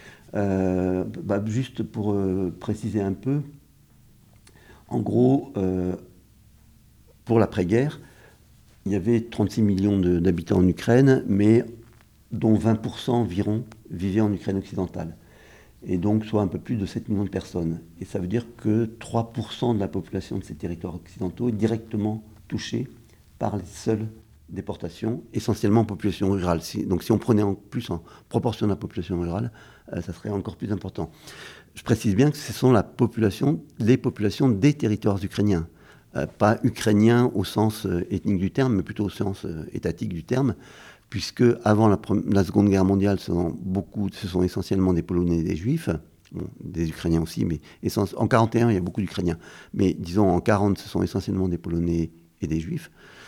Juste pour préciser un peu, en gros, pour l'après-guerre, il y avait 36 millions d'habitants en Ukraine, mais dont 20% environ vivaient en Ukraine occidentale. Et donc, soit un peu plus de 7 millions de personnes. Et ça veut dire que 3% de la population de ces territoires occidentaux est directement touchée par les seules déportations, essentiellement en population rurale. Donc si on prenait en proportion de la population rurale, ça serait encore plus important. Je précise bien que ce sont les populations des territoires ukrainiens. Pas ukrainiens au sens ethnique du terme, mais plutôt au sens étatique du terme, puisque avant la Seconde Guerre mondiale, ce sont essentiellement des Polonais et des Juifs, bon, des Ukrainiens aussi, mais en 1941, il y a beaucoup d'Ukrainiens. Mais disons, en 1940, ce sont essentiellement des Polonais et des Juifs.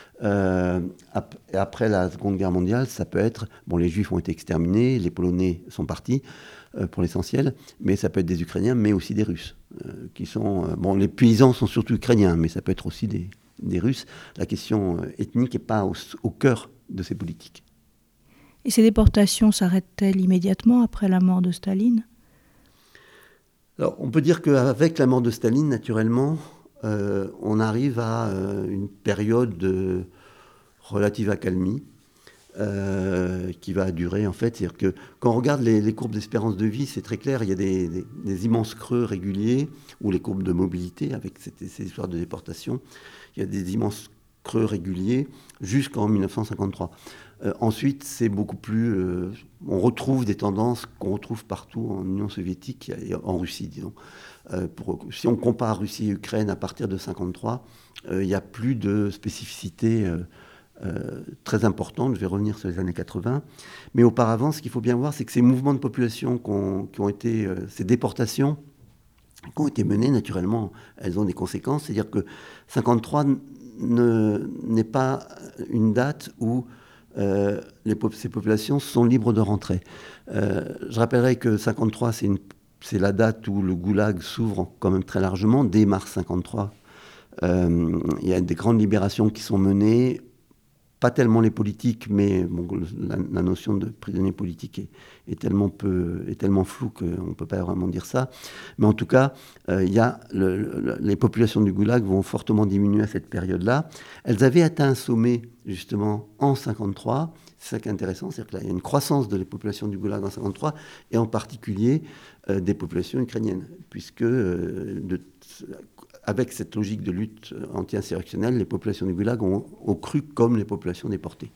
Après la Seconde Guerre mondiale, ça peut être... Bon, les Juifs ont été exterminés, les Polonais sont partis, pour l'essentiel, mais ça peut être des Ukrainiens, mais aussi des Russes, qui sont... les paysans sont surtout ukrainiens, mais ça peut être aussi des Russes. La question ethnique n'est pas au cœur de ces politiques. Et ces déportations s'arrêtent-elles immédiatement après la mort de Staline ? Alors, on peut dire qu'avec la mort de Staline, naturellement, on arrive à une période de relative accalmie qui va durer en fait. C'est-à-dire que quand on regarde les courbes d'espérance de vie, c'est très clair, il y a des immenses creux réguliers, ou les courbes de mobilité avec ces histoires de déportation, il y a des immenses creux réguliers jusqu'en 1953. Ensuite, c'est beaucoup plus... on retrouve des tendances qu'on retrouve partout en Union soviétique et en Russie, disons. Si on compare Russie et Ukraine à partir de 1953, il n'y a plus de spécificité très importante. Je vais revenir sur les années 80. Mais auparavant, ce qu'il faut bien voir, c'est que ces mouvements de population qui ont été... ces déportations qui ont été menées, naturellement, elles ont des conséquences. C'est-à-dire que 1953 n'est pas une date où ces populations sont libres de rentrer. Je rappellerai que 1953, c'est la date où le goulag s'ouvre quand même très largement. Dès mars 1953, il y a des grandes libérations qui sont menées. Pas tellement les politiques, mais bon, la notion de prisonnier politique est tellement floue qu'on ne peut pas vraiment dire ça. Mais en tout cas, les populations du goulag vont fortement diminuer à cette période-là. Elles avaient atteint un sommet, justement, en 1953. C'est ça qui est intéressant, c'est-à-dire qu'il y a une croissance de la population du goulag en 1953, et en particulier des populations ukrainiennes, puisque avec cette logique de lutte anti-insurrectionnelle, les populations du goulag ont cru comme les populations déportées.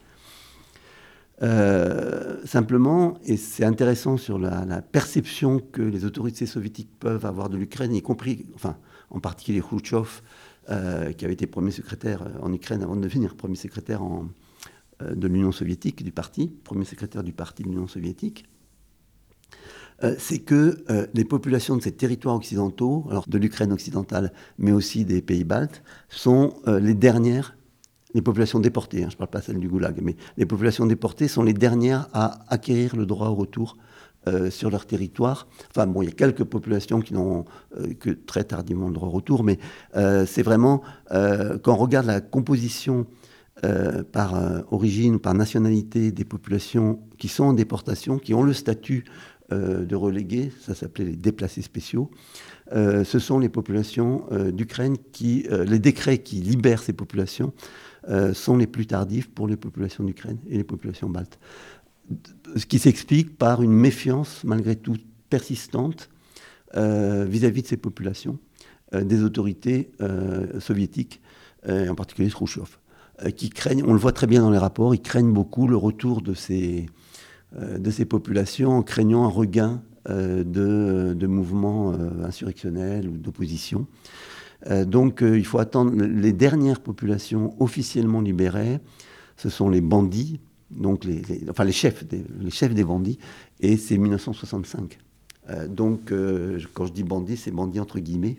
Simplement, et c'est intéressant sur la perception que les autorités soviétiques peuvent avoir de l'Ukraine, y compris, enfin, en particulier Khrouchtchev, qui avait été premier secrétaire en Ukraine avant de devenir premier secrétaire de l'Union soviétique, du parti, premier secrétaire du parti de l'Union soviétique, c'est que les populations de ces territoires occidentaux, alors de l'Ukraine occidentale, mais aussi des pays baltes, sont les dernières, les populations déportées, je ne parle pas celles du goulag, mais les populations déportées sont les dernières à acquérir le droit au retour sur leur territoire. Enfin bon, il y a quelques populations qui n'ont que très tardivement le droit au retour, mais c'est vraiment, quand on regarde la composition par origine ou par nationalité des populations qui sont en déportation, qui ont le statut de relégués, ça s'appelait les déplacés spéciaux. Ce sont les populations d'Ukraine les décrets qui libèrent ces populations sont les plus tardifs pour les populations d'Ukraine et les populations baltes. Ce qui s'explique par une méfiance, malgré tout, persistante vis-à-vis de ces populations, des autorités soviétiques, en particulier Khrouchtchev, qui craignent, on le voit très bien dans les rapports, ils craignent beaucoup le retour de ces populations en craignant un regain de mouvements insurrectionnels ou d'opposition. Donc il faut attendre les dernières populations officiellement libérées, ce sont les bandits, donc les chefs des bandits, et c'est 1965. Donc quand je dis bandits, c'est bandits entre guillemets.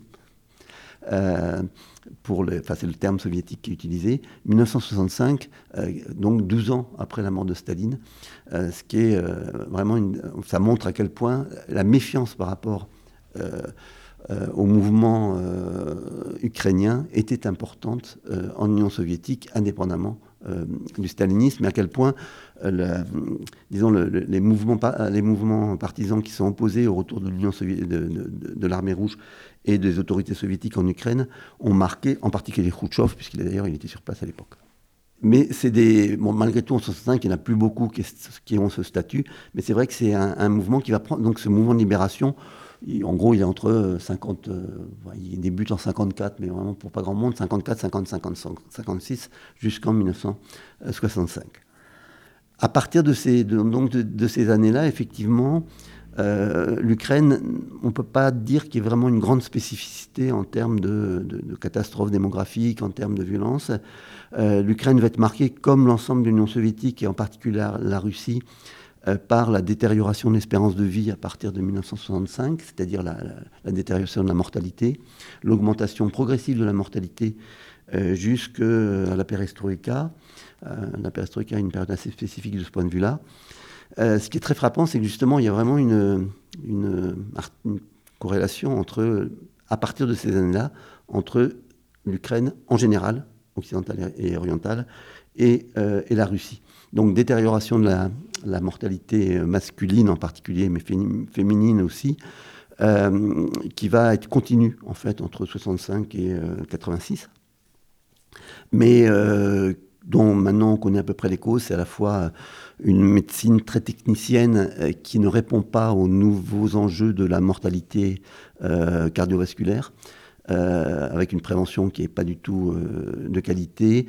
C'est le terme soviétique qui est utilisé, 1965, donc 12 ans après la mort de Staline, ce qui est vraiment ça montre à quel point la méfiance par rapport au mouvement ukrainien était importante en Union soviétique, indépendamment du stalinisme, et à quel point les mouvements partisans qui sont opposés au retour de l'Union de l'armée rouge et des autorités soviétiques en Ukraine ont marqué, en particulier Khrouchtchev, puisqu'il était sur place à l'époque. Mais malgré tout, en 1965, il n'y en a plus beaucoup qui ont ce statut, mais c'est vrai que c'est un mouvement qui va prendre, donc ce mouvement de libération, en gros, il est entre 50, il débute en 54, mais vraiment pour pas grand monde, 54, 55, 56, jusqu'en 1965. À partir de ces années-là, effectivement, l'Ukraine, on ne peut pas dire qu'il y ait vraiment une grande spécificité en termes de catastrophes démographiques, en termes de violence. L'Ukraine va être marquée, comme l'ensemble de l'Union soviétique, et en particulier la Russie, par la détérioration de l'espérance de vie à partir de 1965, c'est-à-dire la détérioration de la mortalité, l'augmentation progressive de la mortalité jusqu'à la perestroïka. La perestroïka est une période assez spécifique de ce point de vue-là. Ce qui est très frappant, c'est que justement, il y a vraiment une corrélation à partir de ces années-là, entre l'Ukraine en général, occidentale et orientale, et la Russie. Donc détérioration de la mortalité masculine en particulier, mais féminine aussi, qui va être continue, en fait, entre 65 et 86. Mais dont maintenant on connaît à peu près les causes, c'est à la fois une médecine très technicienne qui ne répond pas aux nouveaux enjeux de la mortalité cardiovasculaire, avec une prévention qui n'est pas du tout de qualité,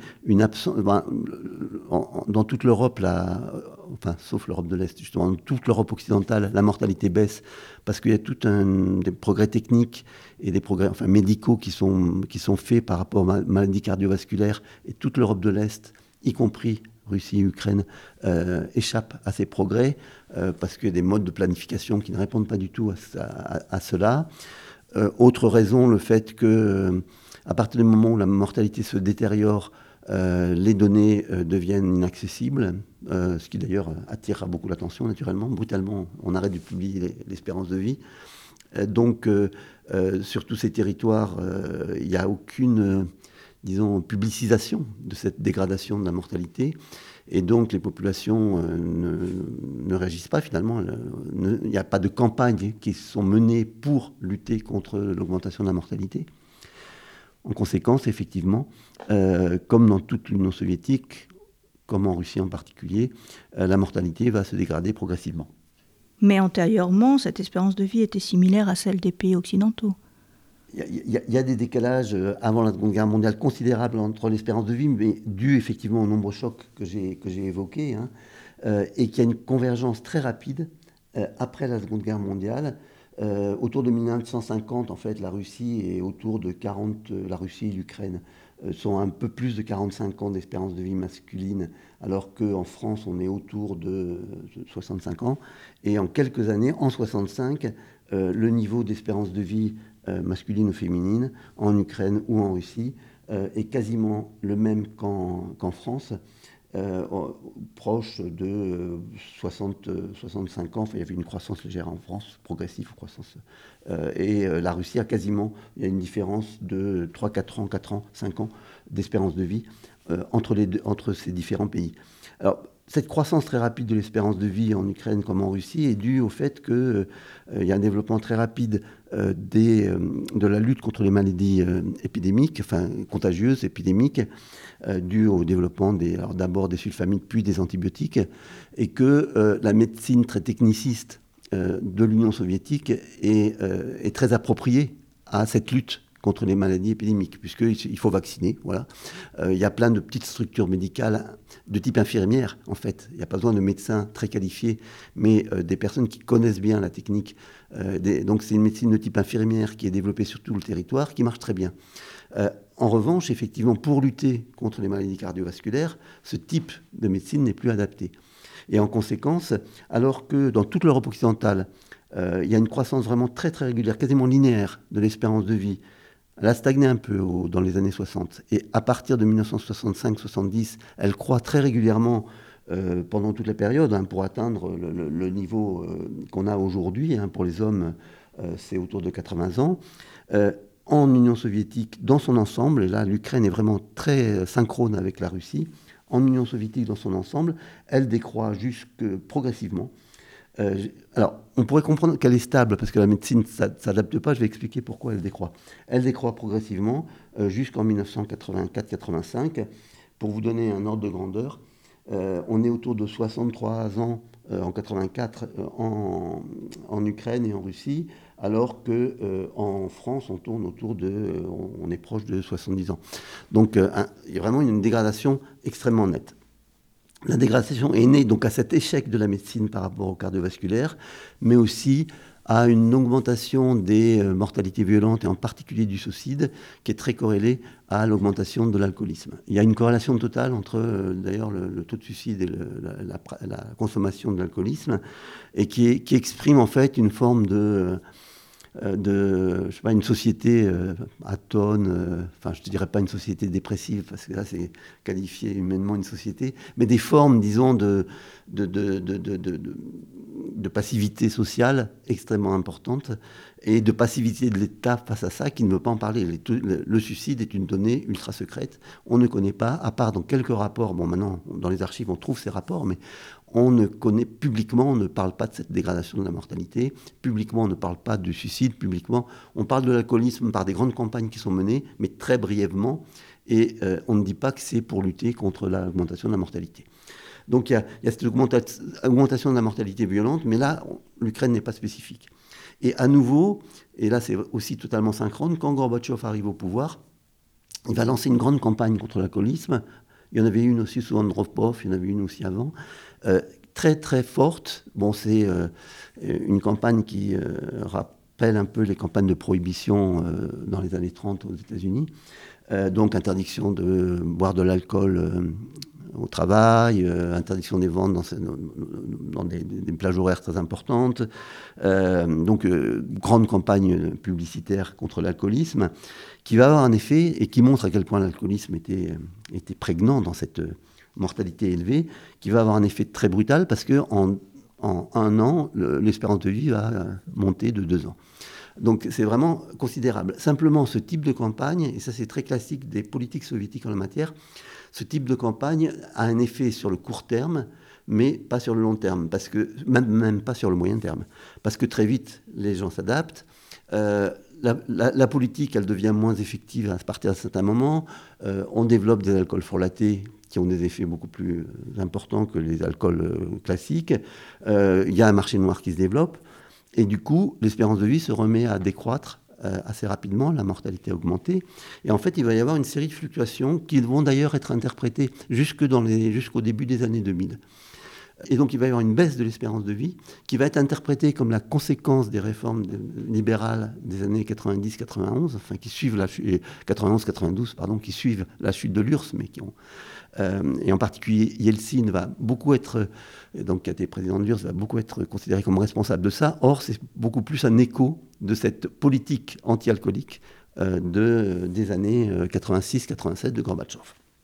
dans toute l'Europe, sauf l'Europe de l'Est, justement, dans toute l'Europe occidentale, la mortalité baisse parce qu'il y a des progrès techniques et des progrès médicaux qui sont faits par rapport aux maladies cardiovasculaires, et toute l'Europe de l'Est, y compris Russie, Ukraine, échappe à ces progrès parce qu'il y a des modes de planification qui ne répondent pas du tout à cela. Autre raison, le fait que à partir du moment où la mortalité se détériore, les données deviennent inaccessibles, ce qui d'ailleurs attire beaucoup l'attention naturellement. Brutalement, on arrête de publier l'espérance de vie. Donc, sur tous ces territoires, il n'y a aucune, publicisation de cette dégradation de la mortalité. Et donc, les populations ne réagissent pas finalement. Il n'y a pas de campagnes qui sont menées pour lutter contre l'augmentation de la mortalité. En conséquence, effectivement, comme dans toute l'Union soviétique, comme en Russie en particulier, la mortalité va se dégrader progressivement. Mais antérieurement, cette espérance de vie était similaire à celle des pays occidentaux. Il y a des décalages avant la Seconde Guerre mondiale considérables entre l'espérance de vie, mais dû effectivement au nombre choc que j'ai évoqué, et qu'il y a une convergence très rapide après la Seconde Guerre mondiale. Autour de 1950, en fait, la Russie et autour de 40, la Russie et l'Ukraine sont un peu plus de 45 ans d'espérance de vie masculine, alors qu'en France, on est autour de 65 ans. Et en quelques années, en 65, le niveau d'espérance de vie masculine ou féminine, en Ukraine ou en Russie, est quasiment le même qu'en France, proche de 65 ans. Enfin, il y avait une croissance légère en France, progressive croissance. Et la Russie a quasiment, il y a une différence de 3, 4 ans, 4 ans, 5 ans d'espérance de vie entre ces différents pays. Alors, cette croissance très rapide de l'espérance de vie en Ukraine comme en Russie est due au fait qu'il y a un développement très rapide de la lutte contre les maladies épidémiques, contagieuses, épidémiques, dû au développement d'abord des sulfamides, puis des antibiotiques, et que la médecine très techniciste de l'Union soviétique est très appropriée à cette lutte contre les maladies épidémiques, puisqu'il faut vacciner. Voilà. Il y a plein de petites structures médicales de type infirmière, en fait. Il n'y a pas besoin de médecins très qualifiés, mais des personnes qui connaissent bien la technique. Donc c'est une médecine de type infirmière qui est développée sur tout le territoire, qui marche très bien. En revanche, effectivement, pour lutter contre les maladies cardiovasculaires, ce type de médecine n'est plus adapté. Et en conséquence, alors que dans toute l'Europe occidentale, il y a une croissance vraiment très très régulière, quasiment linéaire de l'espérance de vie, elle a stagné un peu dans les années 60. Et à partir de 1965-70, elle croît très régulièrement pendant toute la période, pour atteindre le niveau qu'on a aujourd'hui. Pour les hommes, c'est autour de 80 ans. En Union soviétique, dans son ensemble, et là l'Ukraine est vraiment très synchrone avec la Russie, en Union soviétique dans son ensemble, elle décroît progressivement. Alors, on pourrait comprendre qu'elle est stable, parce que la médecine ne s'adapte pas. Je vais expliquer pourquoi elle décroît. Elle décroît progressivement jusqu'en 1984-85. Pour vous donner un ordre de grandeur, on est autour de 63 ans en 84 en Ukraine et en Russie, alors qu'en France, on tourne on est proche de 70 ans. Donc, il y a vraiment une dégradation extrêmement nette. La dégradation est née donc à cet échec de la médecine par rapport au cardiovasculaire, mais aussi à une augmentation des mortalités violentes, et en particulier du suicide, qui est très corrélée à l'augmentation de l'alcoolisme. Il y a une corrélation totale entre, d'ailleurs, le taux de suicide et la consommation de l'alcoolisme, et qui exprime en fait une forme une société atone, je ne dirais pas une société dépressive, parce que là, c'est qualifier humainement une société, mais des formes, disons, de passivité sociale extrêmement importante, et de passivité de l'État face à ça, qui ne veut pas en parler. Le suicide est une donnée ultra secrète. On ne connaît pas, à part dans quelques rapports. Bon, maintenant, dans les archives, on trouve ces rapports, mais publiquement, on ne parle pas de cette dégradation de la mortalité. Publiquement, on ne parle pas du suicide. Publiquement, on parle de l'alcoolisme par des grandes campagnes qui sont menées, mais très brièvement. Et on ne dit pas que c'est pour lutter contre l'augmentation de la mortalité. Donc il y a cette augmentation de la mortalité violente, mais là, l'Ukraine n'est pas spécifique. Et à nouveau, et là c'est aussi totalement synchrone, quand Gorbatchev arrive au pouvoir, il va lancer une grande campagne contre l'alcoolisme. Il y en avait une aussi sous Andropov, il y en avait une aussi avant, très très forte. Bon, c'est une campagne qui rappelle un peu les campagnes de prohibition dans les années 30 aux États-Unis. Donc interdiction de boire de l'alcool au travail, interdiction des ventes dans des plages horaires très importantes. Donc grande campagne publicitaire contre l'alcoolisme qui va avoir un effet et qui montre à quel point l'alcoolisme était prégnant dans cette mortalité élevée, qui va avoir un effet très brutal parce qu'en un an, l'espérance de vie va monter de 2 ans. Donc c'est vraiment considérable. Simplement, ce type de campagne, et ça c'est très classique des politiques soviétiques en la matière, ce type de campagne a un effet sur le court terme, mais pas sur le long terme, parce que, même pas sur le moyen terme. Parce que très vite, les gens s'adaptent. La politique, elle devient moins effective à partir d'un certain moment. On développe des alcools frelatés qui ont des effets beaucoup plus importants que les alcools classiques. Il y a un marché noir qui se développe. Et du coup, l'espérance de vie se remet à décroître assez rapidement, la mortalité a augmenté. Et en fait, il va y avoir une série de fluctuations qui vont d'ailleurs être interprétées jusqu'au début des années 2000. Et donc, il va y avoir une baisse de l'espérance de vie qui va être interprétée comme la conséquence des réformes libérales des années 90-91, enfin, qui suivent 91-92, pardon, qui suivent la chute de l'URSS, mais qui ont... et en particulier, Yeltsin va beaucoup être, donc qui a été président de l'URSS, va beaucoup être considéré comme responsable de ça. Or, c'est beaucoup plus un écho de cette politique anti-alcoolique des années 86-87 de Gorbatchev.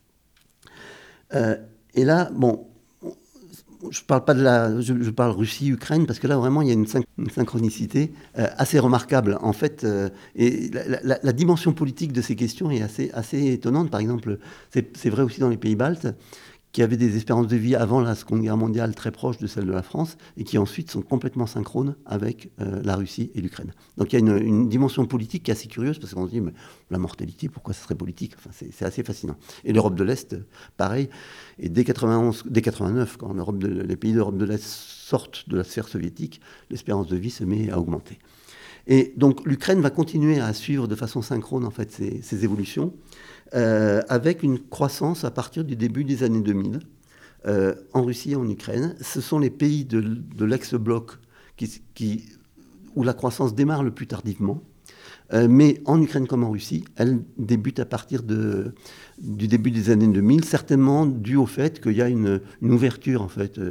Et là, bon, je parle pas je parle Russie-Ukraine parce que là vraiment il y a une synchronicité assez remarquable en fait. Et la dimension politique de ces questions est assez étonnante. Par exemple, c'est vrai aussi dans les pays baltes, qui avaient des espérances de vie avant la Seconde Guerre mondiale très proches de celles de la France et qui ensuite sont complètement synchrones avec la Russie et l'Ukraine. Donc il y a une dimension politique qui est assez curieuse parce qu'on se dit mais la mortalité, pourquoi ça serait politique? Enfin, c'est assez fascinant. Et l'Europe de l'Est, pareil. Et dès 89, quand les pays d'Europe de l'Est sortent de la sphère soviétique, l'espérance de vie se met à augmenter. Et donc l'Ukraine va continuer à suivre de façon synchrone en fait ces évolutions. Avec une croissance à partir du début des années 2000, en Russie et en Ukraine. Ce sont les pays de l'ex-bloc où la croissance démarre le plus tardivement. Mais en Ukraine comme en Russie, elle débute à partir du début des années 2000, certainement dû au fait qu'il y a une ouverture en fait,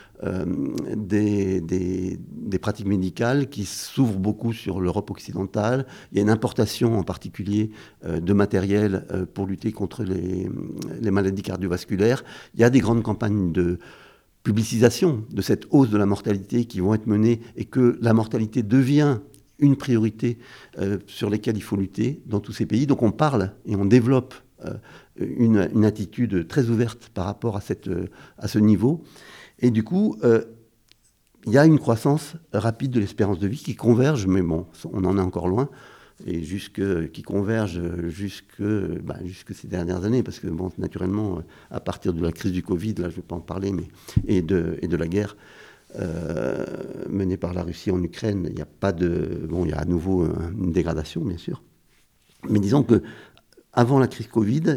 des pratiques médicales qui s'ouvrent beaucoup sur l'Europe occidentale. Il y a une importation en particulier de matériel pour lutter contre les maladies cardiovasculaires. Il y a des grandes campagnes de publicisation de cette hausse de la mortalité qui vont être menées et que la mortalité devient une priorité sur lesquelles il faut lutter dans tous ces pays. Donc on parle et on développe une attitude très ouverte par rapport à ce niveau. Et du coup, il y a une croissance rapide de l'espérance de vie qui converge, mais bon, on en est encore loin, et qui converge jusque ces dernières années, parce que bon, naturellement, à partir de la crise du Covid, là je ne vais pas en parler, et de la guerre, menée par la Russie en Ukraine, il y a à nouveau une dégradation, bien sûr. Mais disons que avant la crise Covid,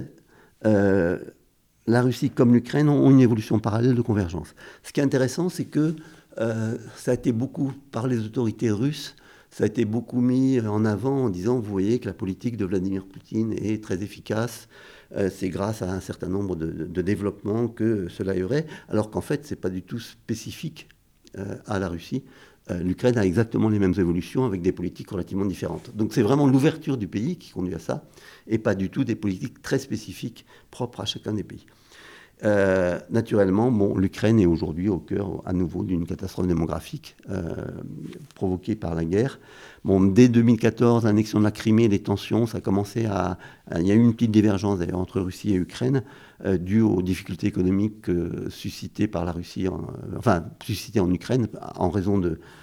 la Russie comme l'Ukraine ont une évolution parallèle de convergence. Ce qui est intéressant, c'est que ça a été beaucoup, par les autorités russes, ça a été beaucoup mis en avant en disant, vous voyez que la politique de Vladimir Poutine est très efficace, c'est grâce à un certain nombre de développements que cela y aurait, alors qu'en fait, ce n'est pas du tout spécifique à la Russie. L'Ukraine a exactement les mêmes évolutions avec des politiques relativement différentes. Donc c'est vraiment l'ouverture du pays qui conduit à ça, et pas du tout des politiques très spécifiques propres à chacun des pays. Naturellement, l'Ukraine est aujourd'hui au cœur à nouveau d'une catastrophe démographique provoquée par la guerre. Dès 2014, l'annexion de la Crimée, les tensions, ça a commencé il y a eu une petite divergence d'ailleurs entre Russie et Ukraine, due aux difficultés économiques suscitées par la Russie, suscitées en Ukraine en raison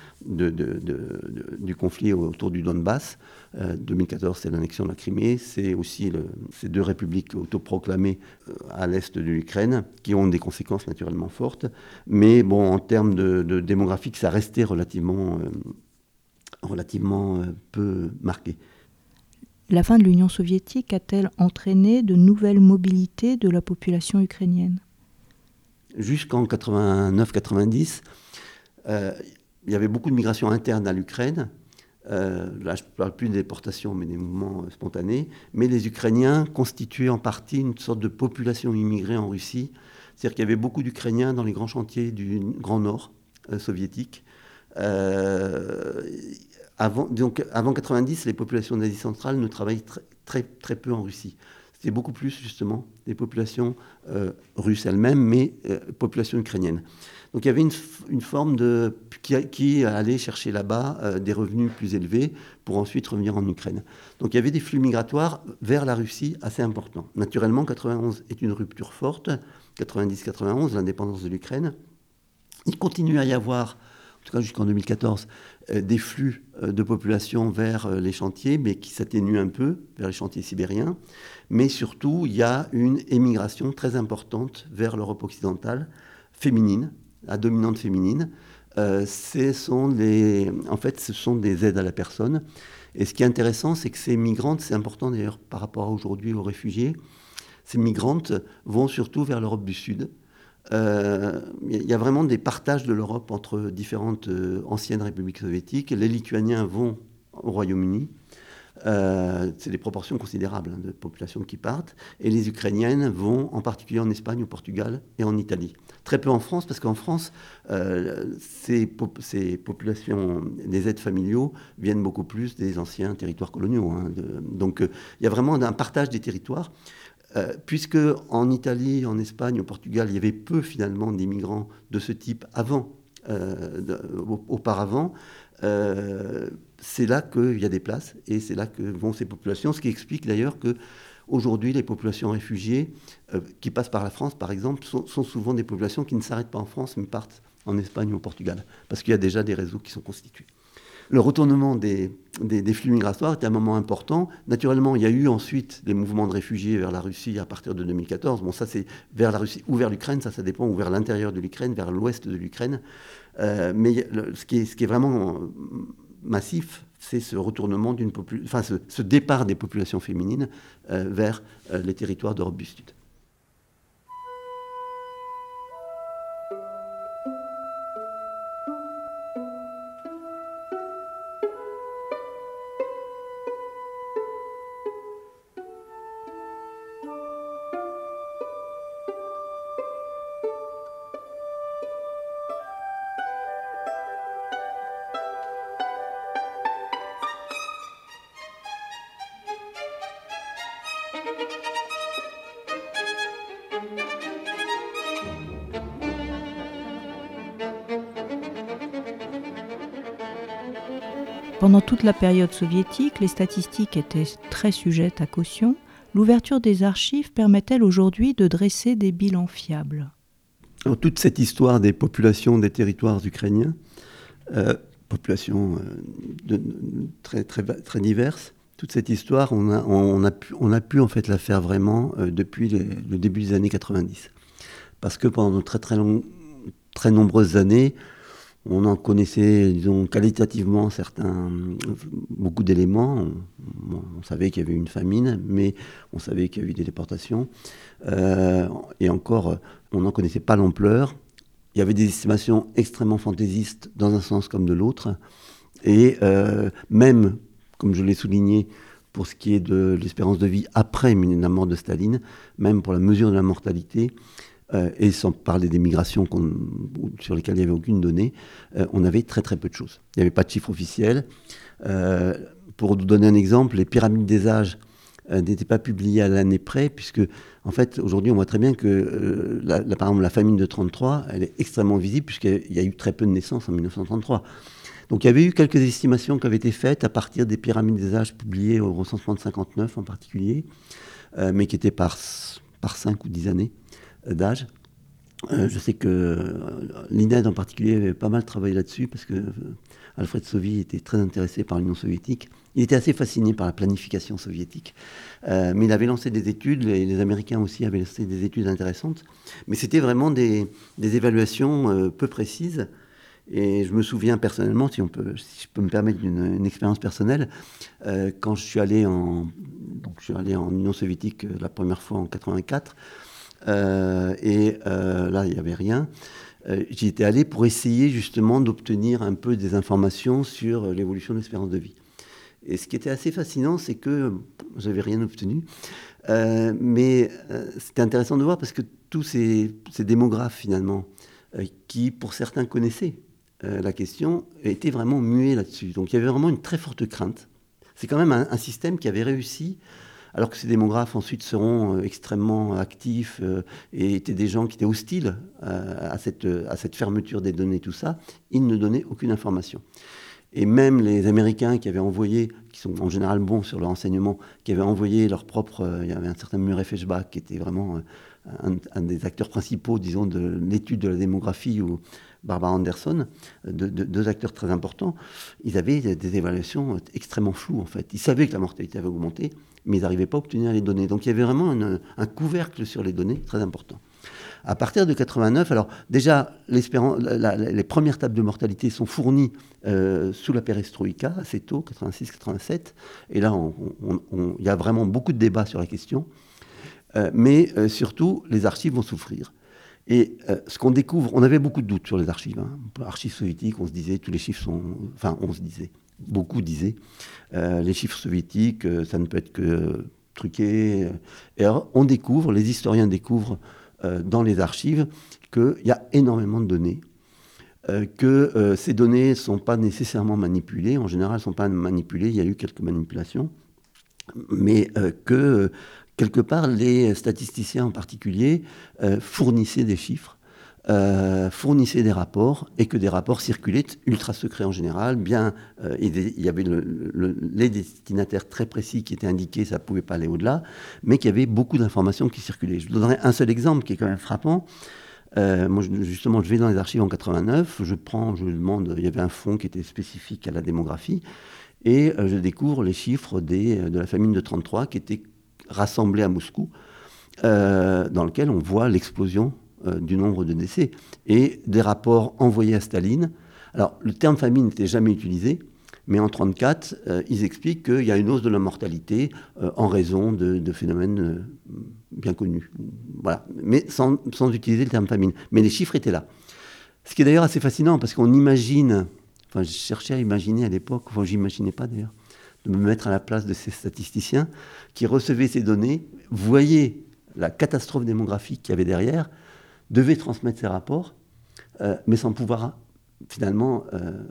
du conflit autour du Donbass. 2014, c'est l'annexion de la Crimée, c'est aussi ces deux républiques autoproclamées à l'est de l'Ukraine, qui ont des conséquences naturellement fortes. Mais en termes de démographique, ça restait relativement peu marqué. La fin de l'Union soviétique a-t-elle entraîné de nouvelles mobilités de la population ukrainienne ? Jusqu'en 89-90, il y avait beaucoup de migrations internes à l'Ukraine. Là, je ne parle plus de déportation, mais des mouvements spontanés. Mais les Ukrainiens constituaient en partie une sorte de population immigrée en Russie. C'est-à-dire qu'il y avait beaucoup d'Ukrainiens dans les grands chantiers du Grand Nord soviétique. Avant 90, les populations d'Asie centrale ne travaillaient très, très peu en Russie. C'était beaucoup plus, justement, des populations russes elles-mêmes, mais populations ukrainiennes. Donc il y avait une forme qui allait chercher là-bas des revenus plus élevés pour ensuite revenir en Ukraine. Donc il y avait des flux migratoires vers la Russie assez importants. Naturellement, 91 est une rupture forte, 90-91, l'indépendance de l'Ukraine. Il continue à y avoir, en tout cas jusqu'en 2014, des flux de population vers les chantiers, mais qui s'atténuent un peu vers les chantiers sibériens. Mais surtout, il y a une émigration très importante vers l'Europe occidentale, féminine, à dominante féminine. Ce sont des aides à la personne. Et ce qui est intéressant, c'est que ces migrantes, c'est important d'ailleurs par rapport à aujourd'hui aux réfugiés, ces migrantes vont surtout vers l'Europe du Sud. Il y a vraiment des partages de l'Europe entre différentes anciennes républiques soviétiques. Les Lituaniens vont au Royaume-Uni. C'est des proportions considérables de populations qui partent. Et les Ukrainiennes vont en particulier en Espagne, au Portugal et en Italie. Très peu en France, parce qu'en France, ces populations, des aides familiaux, viennent beaucoup plus des anciens territoires coloniaux. Donc il y a vraiment un partage des territoires. Puisque en Italie, en Espagne, au Portugal, il y avait peu finalement d'immigrants de ce type auparavant, c'est là qu'il y a des places et c'est là que vont ces populations, ce qui explique d'ailleurs qu'aujourd'hui les populations réfugiées qui passent par la France, par exemple, sont souvent des populations qui ne s'arrêtent pas en France mais partent en Espagne ou au Portugal, parce qu'il y a déjà des réseaux qui sont constitués. Le retournement des flux migratoires était un moment important. Naturellement, il y a eu ensuite des mouvements de réfugiés vers la Russie à partir de 2014. Ça c'est vers la Russie ou vers l'Ukraine, ça dépend, ou vers l'intérieur de l'Ukraine, vers l'ouest de l'Ukraine. Mais ce qui est vraiment massif, c'est ce retournement ce départ des populations féminines vers les territoires d'Europe du Sud. Pendant toute la période soviétique, les statistiques étaient très sujettes à caution. L'ouverture des archives permet-elle aujourd'hui de dresser des bilans fiables ? Alors, toute cette histoire des populations des territoires ukrainiens, populations très, très, très diverses, toute cette histoire, on a pu en fait la faire vraiment depuis le début des années 90. Parce que pendant très nombreuses années, on en connaissait, disons, qualitativement beaucoup d'éléments. On savait qu'il y avait eu une famine, mais on savait qu'il y a eu des déportations. Et encore, on n'en connaissait pas l'ampleur. Il y avait des estimations extrêmement fantaisistes dans un sens comme de l'autre. Et même, comme je l'ai souligné, pour ce qui est de l'espérance de vie après la mort de Staline, même pour la mesure de la mortalité, et sans parler des migrations sur lesquelles il n'y avait aucune donnée, on avait très très peu de choses. Il n'y avait pas de chiffres officiels. Pour vous donner un exemple, les pyramides des âges n'était pas publiée à l'année près, puisque en fait aujourd'hui on voit très bien que par exemple la famine de 1933, elle est extrêmement visible puisqu'il y a eu très peu de naissances en 1933. Donc il y avait eu quelques estimations qui avaient été faites à partir des pyramides des âges publiées au recensement de 59 en particulier, mais qui étaient par 5 ou 10 années d'âge. Je sais que l'INED en particulier avait pas mal travaillé là-dessus parce que Alfred Sauvy était très intéressé par l'Union soviétique. Il était assez fasciné par la planification soviétique. Mais il avait lancé des études, les Américains aussi avaient lancé des études intéressantes. Mais c'était vraiment des évaluations peu précises. Et je me souviens personnellement, si je peux me permettre une expérience personnelle, quand je suis allé en Union soviétique la première fois en 84, là il n'y avait rien. J'y étais allé pour essayer justement d'obtenir un peu des informations sur l'évolution de l'espérance de vie. Et ce qui était assez fascinant, c'est que je n'avais rien obtenu. Mais c'était intéressant de voir parce que tous ces démographes finalement, qui pour certains connaissaient la question, étaient vraiment muets là-dessus. Donc il y avait vraiment une très forte crainte. C'est quand même un système qui avait réussi, alors que ces démographes ensuite seront extrêmement actifs et étaient des gens qui étaient hostiles à cette fermeture des données, tout ça, ils ne donnaient aucune information. Et même les Américains qui avaient envoyé, qui sont en général bons sur le renseignement, qui avaient envoyé leur propre... il y avait un certain Murray Feshbach qui était vraiment un des acteurs principaux, disons, de l'étude de la démographie, ou Barbara Anderson, deux acteurs très importants. Ils avaient des évaluations extrêmement floues, en fait. Ils savaient que la mortalité avait augmenté, mais ils n'arrivaient pas à obtenir les données. Donc il y avait vraiment un couvercle sur les données très important. À partir de 89, alors déjà, les premières tables de mortalité sont fournies sous la perestroïka, assez tôt, 86-87. Et là, il y a vraiment beaucoup de débats sur la question. Mais surtout, les archives vont souffrir. Et ce qu'on découvre, on avait beaucoup de doutes sur les archives. Archives soviétiques, on se disait, tous les chiffres sont... Enfin, on se disait, beaucoup disaient, les chiffres soviétiques, ça ne peut être que truqué. Et alors, les historiens découvrent dans les archives qu'il y a énormément de données, que ces données ne sont pas nécessairement manipulées. En général, elles ne sont pas manipulées, il y a eu quelques manipulations, mais que quelque part, les statisticiens en particulier fournissaient des chiffres, fournissaient des rapports, et que des rapports circulaient, ultra secrets en général. Il y avait les destinataires très précis qui étaient indiqués, ça ne pouvait pas aller au-delà, mais qu'il y avait beaucoup d'informations qui circulaient. Je vous donnerai un seul exemple qui est quand même frappant. Moi, justement, je vais dans les archives en 89, je demande, il y avait un fonds qui était spécifique à la démographie, et je découvre les chiffres de la famine de 1933 qui étaient rassemblés à Moscou, dans lequel on voit l'explosion du nombre de décès, et des rapports envoyés à Staline. Alors, le terme famine n'était jamais utilisé, mais en 1934, ils expliquent qu'il y a une hausse de la mortalité en raison de phénomènes bien connus. Voilà, mais sans utiliser le terme famine. Mais les chiffres étaient là. Ce qui est d'ailleurs assez fascinant, parce qu'on imagine... Enfin, je cherchais à imaginer à l'époque, enfin, j'imaginais pas d'ailleurs, de me mettre à la place de ces statisticiens qui recevaient ces données, voyaient la catastrophe démographique qu'il y avait derrière, devaient transmettre ces rapports, mais sans pouvoir finalement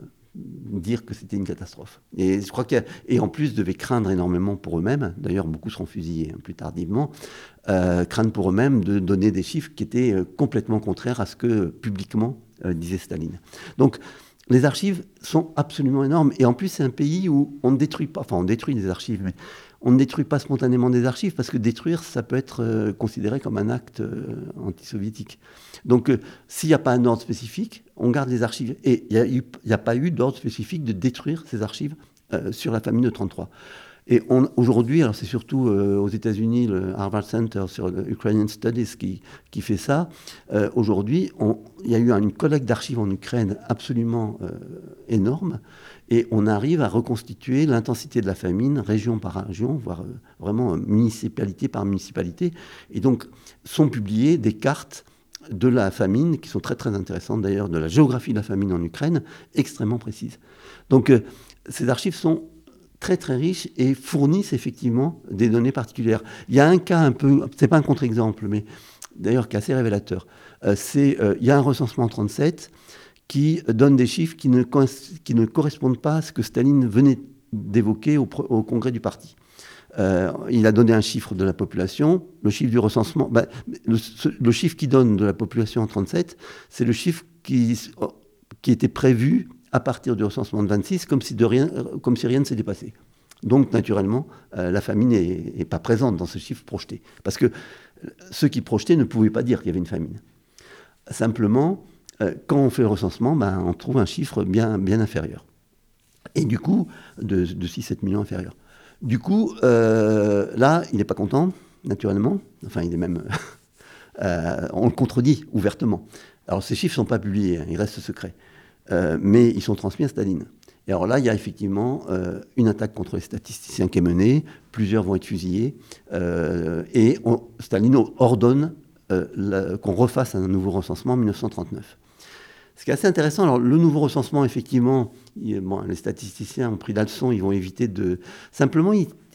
dire que c'était une catastrophe. Et je crois et en plus devaient craindre énormément pour eux-mêmes, d'ailleurs beaucoup seront fusillés plus tardivement, craindre pour eux-mêmes de donner des chiffres qui étaient complètement contraires à ce que publiquement disait Staline. Donc les archives sont absolument énormes. Et en plus, c'est un pays où on ne détruit pas... Enfin, on détruit des archives, mais on ne détruit pas spontanément des archives, parce que détruire, ça peut être considéré comme un acte anti-soviétique. Donc, s'il n'y a pas un ordre spécifique, on garde les archives. Et il n'y a pas eu d'ordre spécifique de détruire ces archives sur la famine de 1933. Et aujourd'hui, alors c'est surtout aux États-Unis, le Harvard Center sur Ukrainian Studies qui fait ça. Aujourd'hui, il y a eu une collecte d'archives en Ukraine absolument énorme, et on arrive à reconstituer l'intensité de la famine région par région, voire vraiment municipalité par municipalité. Et donc, sont publiées des cartes de la famine, qui sont très très intéressantes d'ailleurs, de la géographie de la famine en Ukraine, extrêmement précises. Donc, ces archives sont très très riches et fournissent effectivement des données particulières. Il y a un cas un peu, c'est pas un contre-exemple, mais d'ailleurs qui est assez révélateur. Il y a un recensement en 1937 qui donne des chiffres qui ne correspondent pas à ce que Staline venait d'évoquer au congrès du parti. Il a donné un chiffre de la population, le chiffre du recensement. Le chiffre qu'il donne de la population en 1937, c'est le chiffre qui était prévu à partir du recensement de 26, comme si rien ne s'était passé. Donc, naturellement, la famine n'est pas présente dans ce chiffre projeté. Parce que ceux qui projetaient ne pouvaient pas dire qu'il y avait une famine. Simplement, quand on fait le recensement, on trouve un chiffre bien inférieur. Et du coup, de 6-7 millions inférieur. Du coup, là, il n'est pas content, naturellement. Enfin, il est même... on le contredit ouvertement. Alors, ces chiffres ne sont pas publiés, ils restent secrets. Mais ils sont transmis à Staline. Et alors là, il y a effectivement une attaque contre les statisticiens qui est menée. Plusieurs vont être fusillés. Et Staline ordonne qu'on refasse un nouveau recensement en 1939. Ce qui est assez intéressant, alors le nouveau recensement, effectivement, les statisticiens ont pris la leçon, ils vont éviter de... Simplement,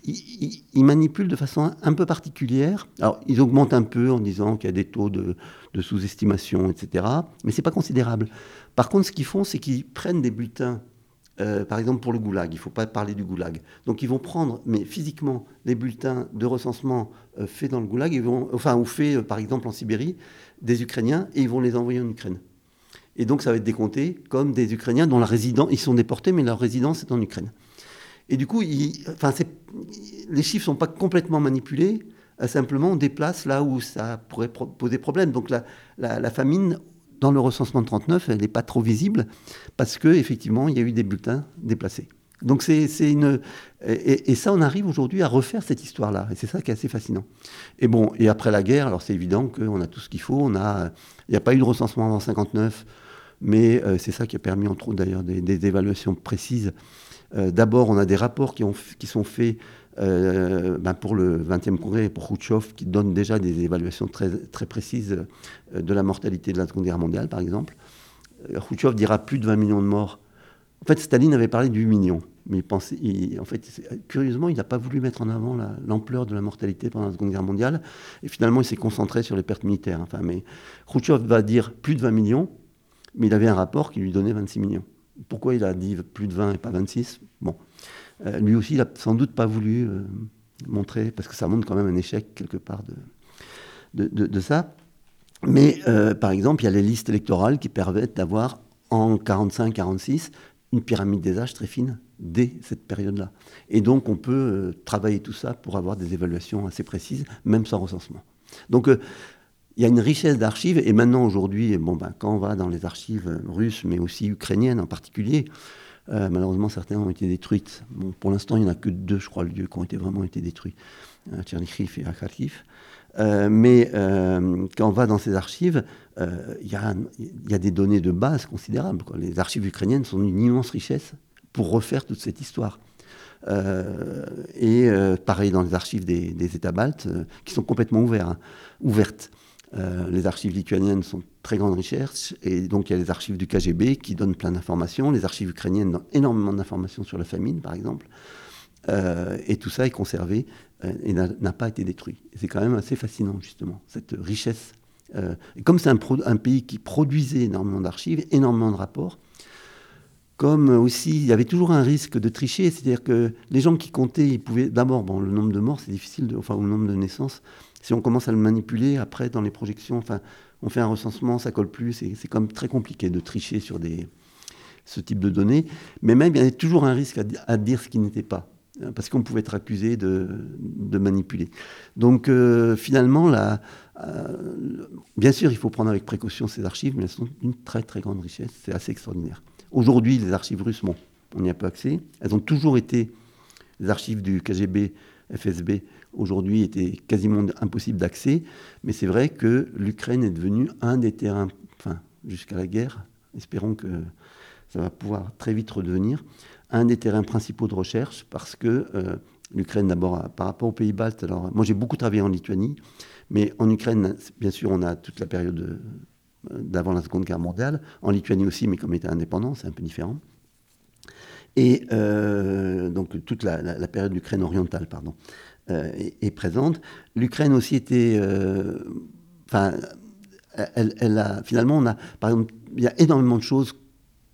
ils manipulent de façon un peu particulière. Alors, ils augmentent un peu en disant qu'il y a des taux de sous-estimation, etc. Mais ce n'est pas considérable. Par contre, ce qu'ils font, c'est qu'ils prennent des bulletins, par exemple pour le goulag. Il ne faut pas parler du goulag. Donc, ils vont prendre, mais physiquement, les bulletins de recensement faits dans le goulag, ou faits, par exemple, en Sibérie, des Ukrainiens, et ils vont les envoyer en Ukraine. Et donc, ça va être décompté comme des Ukrainiens dont ils sont déportés, mais leur résidence est en Ukraine. Et du coup, les chiffres ne sont pas complètement manipulés. Simplement, on déplace là où ça pourrait poser problème. Donc, la famine, dans le recensement de 1939, elle n'est pas trop visible parce qu'effectivement, il y a eu des bulletins déplacés. Donc, c'est une... Et ça, on arrive aujourd'hui à refaire cette histoire-là. Et c'est ça qui est assez fascinant. Et après la guerre, alors c'est évident qu'on a tout ce qu'il faut. Il n'y a pas eu de recensement avant 1959. Mais c'est ça qui a permis, entre autres, d'ailleurs, des évaluations précises. D'abord, on a des rapports qui sont faits pour le 20e congrès et pour Khrouchtchev, qui donnent déjà des évaluations très, très précises de la mortalité de la Seconde Guerre mondiale, par exemple. Khrouchtchev dira plus de 20 millions de morts. En fait, Staline avait parlé de 8 millions. Mais curieusement, il n'a pas voulu mettre en avant l'ampleur de la mortalité pendant la Seconde Guerre mondiale. Et finalement, il s'est concentré sur les pertes militaires. Mais Khrouchtchev va dire plus de 20 millions. Mais il avait un rapport qui lui donnait 26 millions. Pourquoi il a dit plus de 20 et pas 26 ? Bon. Lui aussi, il n'a sans doute pas voulu montrer, parce que ça montre quand même un échec quelque part de ça. Mais par exemple, il y a les listes électorales qui permettent d'avoir, en 45-46, une pyramide des âges très fine dès cette période-là. Et donc, on peut travailler tout ça pour avoir des évaluations assez précises, même sans recensement. Donc, il y a une richesse d'archives, et maintenant, aujourd'hui, quand on va dans les archives russes, mais aussi ukrainiennes en particulier, malheureusement, certaines ont été détruites. Pour l'instant, il n'y en a que 2, je crois, lieux qui ont vraiment été détruits, à Tchernihiv et à Kharkiv. Mais quand on va dans ces archives, il y a des données de base considérables, quoi. Les archives ukrainiennes sont une immense richesse pour refaire toute cette histoire. Pareil dans les archives des États baltes, qui sont complètement ouvertes. Les archives lituaniennes sont très grande richesse, et donc il y a les archives du KGB qui donnent plein d'informations, les archives ukrainiennes donnent énormément d'informations sur la famine, par exemple, et tout ça est conservé et n'a pas été détruit. Et c'est quand même assez fascinant, justement, cette richesse. Et comme c'est un pays qui produisait énormément d'archives, énormément de rapports, comme aussi, il y avait toujours un risque de tricher, c'est-à-dire que les gens qui comptaient, ils pouvaient... D'abord, le nombre de morts, c'est difficile, ou le nombre de naissances. Si on commence à le manipuler, après, dans les projections, on fait un recensement, ça colle plus, c'est quand même très compliqué de tricher sur ce type de données. Mais même, il y avait toujours un risque à dire ce qui n'était pas, parce qu'on pouvait être accusé de manipuler. Donc, finalement, bien sûr, il faut prendre avec précaution ces archives, mais elles sont d'une très, très grande richesse. C'est assez extraordinaire. Aujourd'hui, les archives russes, on y a peu accès. Elles ont toujours été, les archives du KGB, FSB, aujourd'hui, étaient quasiment impossibles d'accès. Mais c'est vrai que l'Ukraine est devenue un des terrains, jusqu'à la guerre, espérons que ça va pouvoir très vite redevenir, un des terrains principaux de recherche, parce que l'Ukraine, d'abord, par rapport aux pays baltes, alors moi j'ai beaucoup travaillé en Lituanie, mais en Ukraine, bien sûr, on a toute la période d'avant la Seconde Guerre mondiale, en Lituanie aussi, mais comme État indépendant, c'est un peu différent. Et donc toute la période d'Ukraine orientale, est présente. L'Ukraine aussi était... finalement, par exemple, il y a énormément de choses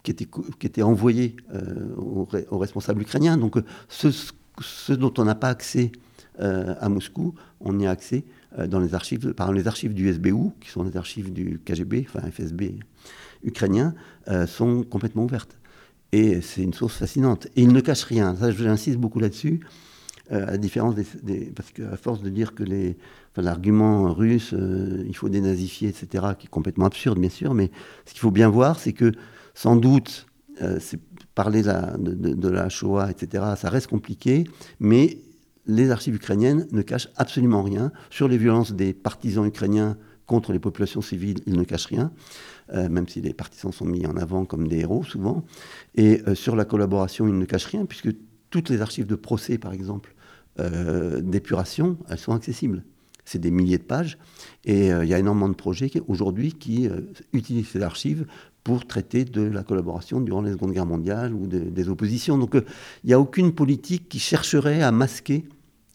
qui étaient envoyés aux responsables ukrainiens. Donc ce dont on n'a pas accès à Moscou, on y a accès dans les archives, par exemple les archives du SBU, qui sont les archives du KGB, enfin FSB ukrainien, sont complètement ouvertes. Et c'est une source fascinante. Et ils ne cachent rien. Ça, j'insiste beaucoup là-dessus, à la différence parce qu'à force de dire que l'argument russe, il faut dénazifier, etc., qui est complètement absurde, bien sûr, mais ce qu'il faut bien voir, c'est que sans doute, parler de la Shoah, etc., ça reste compliqué, mais les archives ukrainiennes ne cachent absolument rien. Sur les violences des partisans ukrainiens contre les populations civiles, ils ne cachent rien, même si les partisans sont mis en avant comme des héros, souvent. Et sur la collaboration, ils ne cachent rien, puisque toutes les archives de procès, par exemple, d'épuration, elles sont accessibles. C'est des milliers de pages, et il y a énormément de projets aujourd'hui qui utilisent ces archives pour traiter de la collaboration durant la Seconde Guerre mondiale ou des oppositions. Donc il n'y a aucune politique qui chercherait à masquer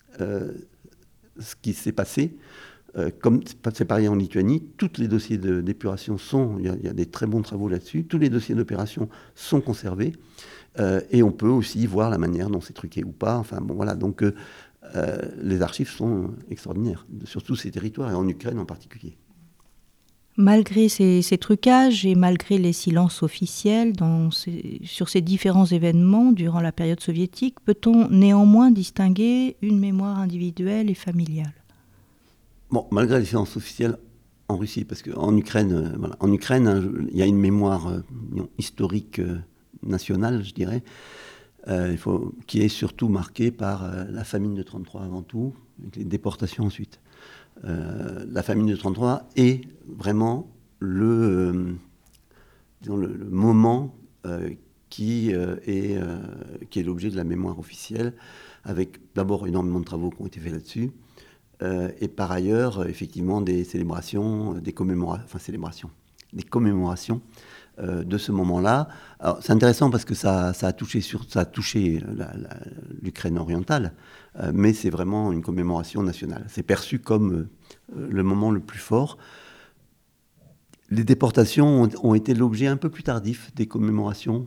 ce qui s'est passé. Comme c'est pareil en Lituanie, tous les dossiers d'épuration il y a des très bons travaux là-dessus, tous les dossiers d'opération sont conservés, et on peut aussi voir la manière dont c'est truqué ou pas. Enfin bon, voilà, donc les archives sont extraordinaires, sur tous ces territoires, et en Ukraine en particulier. Malgré ces trucages et malgré les silences officiels sur ces différents événements durant la période soviétique, peut-on néanmoins distinguer une mémoire individuelle et familiale ? Bon, malgré les silences officielles en Russie, parce qu'en Ukraine, il y a une mémoire historique nationale, je dirais, qui est surtout marquée par la famine de 1933 avant tout, et les déportations ensuite. La famine de 1933 est vraiment le moment qui est l'objet de la mémoire officielle, avec d'abord énormément de travaux qui ont été faits là-dessus, et par ailleurs, effectivement, des célébrations, des commémorations de ce moment-là. Alors, c'est intéressant parce que ça a touché l'Ukraine orientale, mais c'est vraiment une commémoration nationale. C'est perçu comme le moment le plus fort. Les déportations ont été l'objet un peu plus tardif des commémorations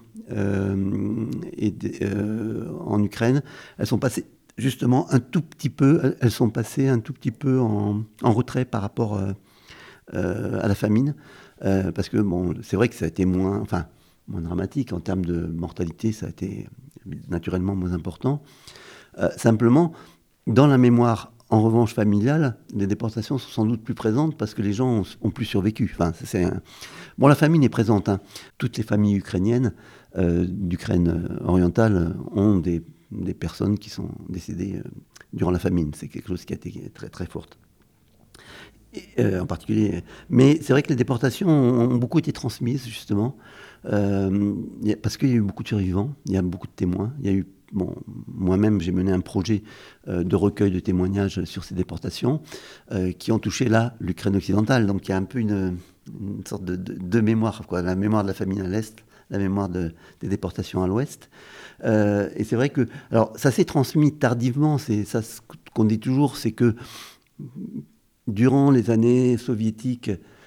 en Ukraine. Elles sont passées justement un tout petit peu en retrait par rapport à la famine. Parce que bon, c'est vrai que ça a été moins dramatique en termes de mortalité, ça a été naturellement moins important. Simplement, dans la mémoire, en revanche, familiale, les déportations sont sans doute plus présentes parce que les gens ont plus survécu. Bon, la famine est présente. Hein. Toutes les familles ukrainiennes d'Ukraine orientale ont des personnes qui sont décédées durant la famine. C'est quelque chose qui a été très très forte. En particulier. Mais c'est vrai que les déportations ont beaucoup été transmises, justement, parce qu'il y a eu beaucoup de survivants, il y a beaucoup de témoins. Il y a eu, moi-même, j'ai mené un projet de recueil de témoignages sur ces déportations qui ont touché, là, l'Ukraine occidentale. Donc il y a un peu une sorte de mémoire, quoi. La mémoire de la famine à l'Est, la mémoire des déportations à l'Ouest. Et c'est vrai que... Alors, ça s'est transmis tardivement. C'est ça, ce qu'on dit toujours, c'est que durant les années soviétiques,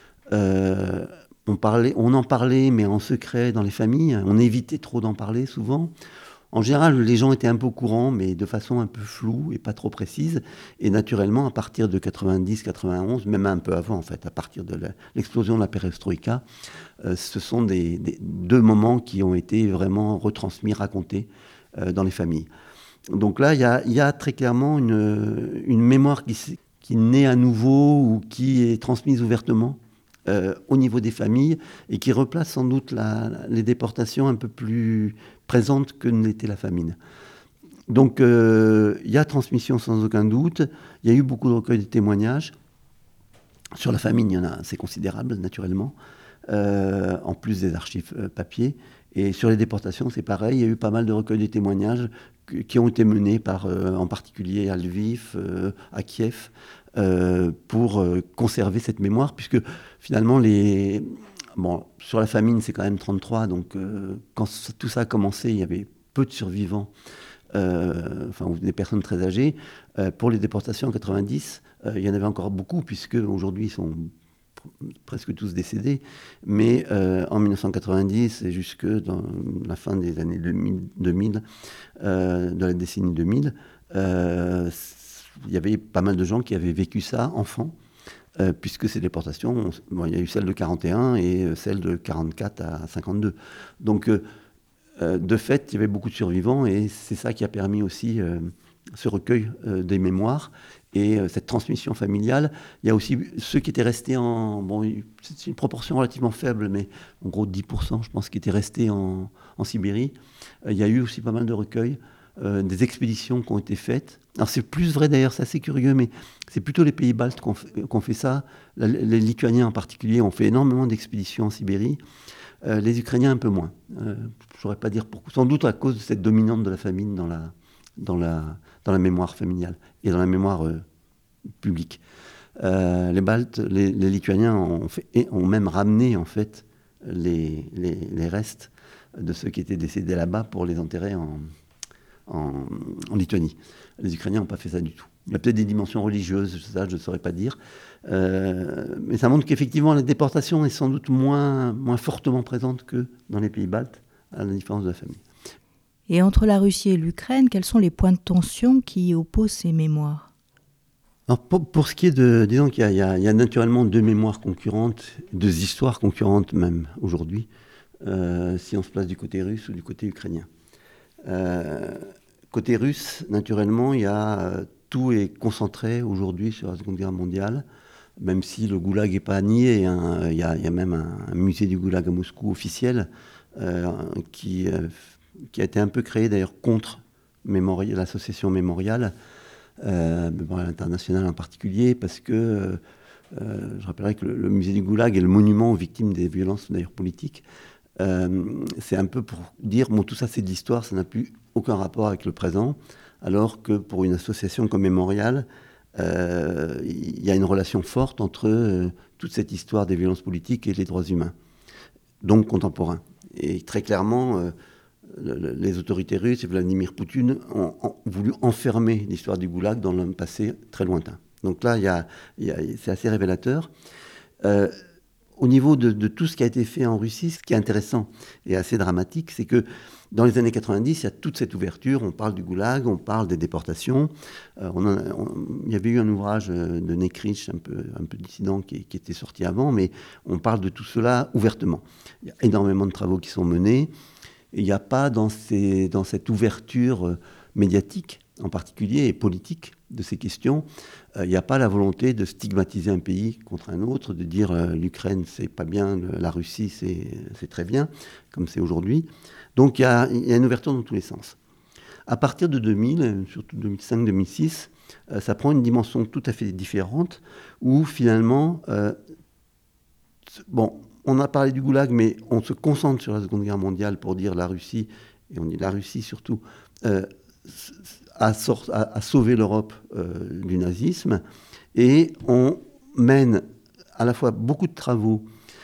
on en parlait, mais en secret dans les familles. On évitait trop d'en parler, souvent. En général, les gens étaient un peu au courant, mais de façon un peu floue et pas trop précise. Et naturellement, à partir de 90-91, même un peu avant, en fait, à partir de l'explosion de la perestroïka, ce sont deux moments qui ont été vraiment retransmis, racontés dans les familles. Donc là, il y a très clairement une mémoire qui naît à nouveau ou qui est transmise ouvertement au niveau des familles et qui replace sans doute les déportations un peu plus présentes que ne l'était la famine. Donc il y a transmission sans aucun doute, il y a eu beaucoup de recueils de témoignages. Sur la famine, il y en a, c'est considérable naturellement, en plus des archives papier. Et sur les déportations, c'est pareil, il y a eu pas mal de recueils de témoignages qui ont été menés par, en particulier à Lviv, à Kiev, pour conserver cette mémoire, puisque finalement, sur la famine, c'est quand même 1933, donc quand tout ça a commencé, il y avait peu de survivants, des personnes très âgées. Pour les déportations en 90, il y en avait encore beaucoup, puisque aujourd'hui, ils sont presque tous décédés, mais en 1990 et jusque dans la fin des années 2000, de la décennie 2000, il y avait pas mal de gens qui avaient vécu ça, enfants, puisque ces déportations, il y a eu celle de 41 et celle de 44 à 52. Donc, de fait, il y avait beaucoup de survivants et c'est ça qui a permis aussi ce recueil des mémoires et cette transmission familiale. Il y a aussi ceux qui étaient restés c'est une proportion relativement faible, mais en gros 10%, je pense, qui étaient restés en Sibérie. Il y a eu aussi pas mal de recueils, des expéditions qui ont été faites. Alors c'est plus vrai d'ailleurs, c'est assez curieux, mais c'est plutôt les pays baltes qui ont fait ça. Les Lituaniens en particulier ont fait énormément d'expéditions en Sibérie. Les Ukrainiens un peu moins. Je ne saurais pas dire pourquoi. Sans doute à cause de cette dominante de la famine dans la mémoire familiale et dans la mémoire publique. Les Baltes, les Lituaniens ont même ramené en fait les restes de ceux qui étaient décédés là-bas pour les enterrer en Lituanie. Les Ukrainiens n'ont pas fait ça du tout. Il y a peut-être des dimensions religieuses, ça je ne saurais pas dire. Mais ça montre qu'effectivement la déportation est sans doute moins fortement présente que dans les pays baltes, à la différence de la famille. Et entre la Russie et l'Ukraine, quels sont les points de tension qui opposent ces mémoires ? Alors pour ce qui est de... Disons qu'il y a naturellement deux mémoires concurrentes, deux histoires concurrentes même aujourd'hui, si on se place du côté russe ou du côté ukrainien. Côté russe, naturellement, tout est concentré aujourd'hui sur la Seconde Guerre mondiale, même si le goulag n'est pas nié. Il y a même un musée du goulag à Moscou officiel qui a été un peu créé d'ailleurs contre l'association Mémorial, internationale en particulier, parce que je rappellerai que le musée du goulag est le monument aux victimes des violences d'ailleurs politiques. C'est un peu pour dire, tout ça c'est de l'histoire, ça n'a plus aucun rapport avec le présent, alors que pour une association comme Mémorial, il y a une relation forte entre toute cette histoire des violences politiques et les droits humains, donc contemporains. Et très clairement, les autorités russes et Vladimir Poutine ont voulu enfermer l'histoire du goulag dans un passé très lointain. Donc là, c'est assez révélateur. Au niveau de tout ce qui a été fait en Russie, ce qui est intéressant et assez dramatique, c'est que dans les années 90, il y a toute cette ouverture, on parle du goulag, on parle des déportations. Il y avait eu un ouvrage de Nekrich, un peu dissident, qui était sorti avant, mais on parle de tout cela ouvertement. Il y a énormément de travaux qui sont menés, et il n'y a pas dans cette ouverture médiatique, en particulier, et politique de ces questions, il n'y a pas la volonté de stigmatiser un pays contre un autre, de dire l'Ukraine c'est pas bien, la Russie c'est très bien, comme c'est aujourd'hui. Donc il y a une ouverture dans tous les sens. À partir de 2000, surtout 2005-2006, ça prend une dimension tout à fait différente, où finalement, on a parlé du goulag, mais on se concentre sur la Seconde Guerre mondiale pour dire la Russie, et on dit la Russie surtout, a sauvé l'Europe du nazisme, et on mène à la fois beaucoup de travaux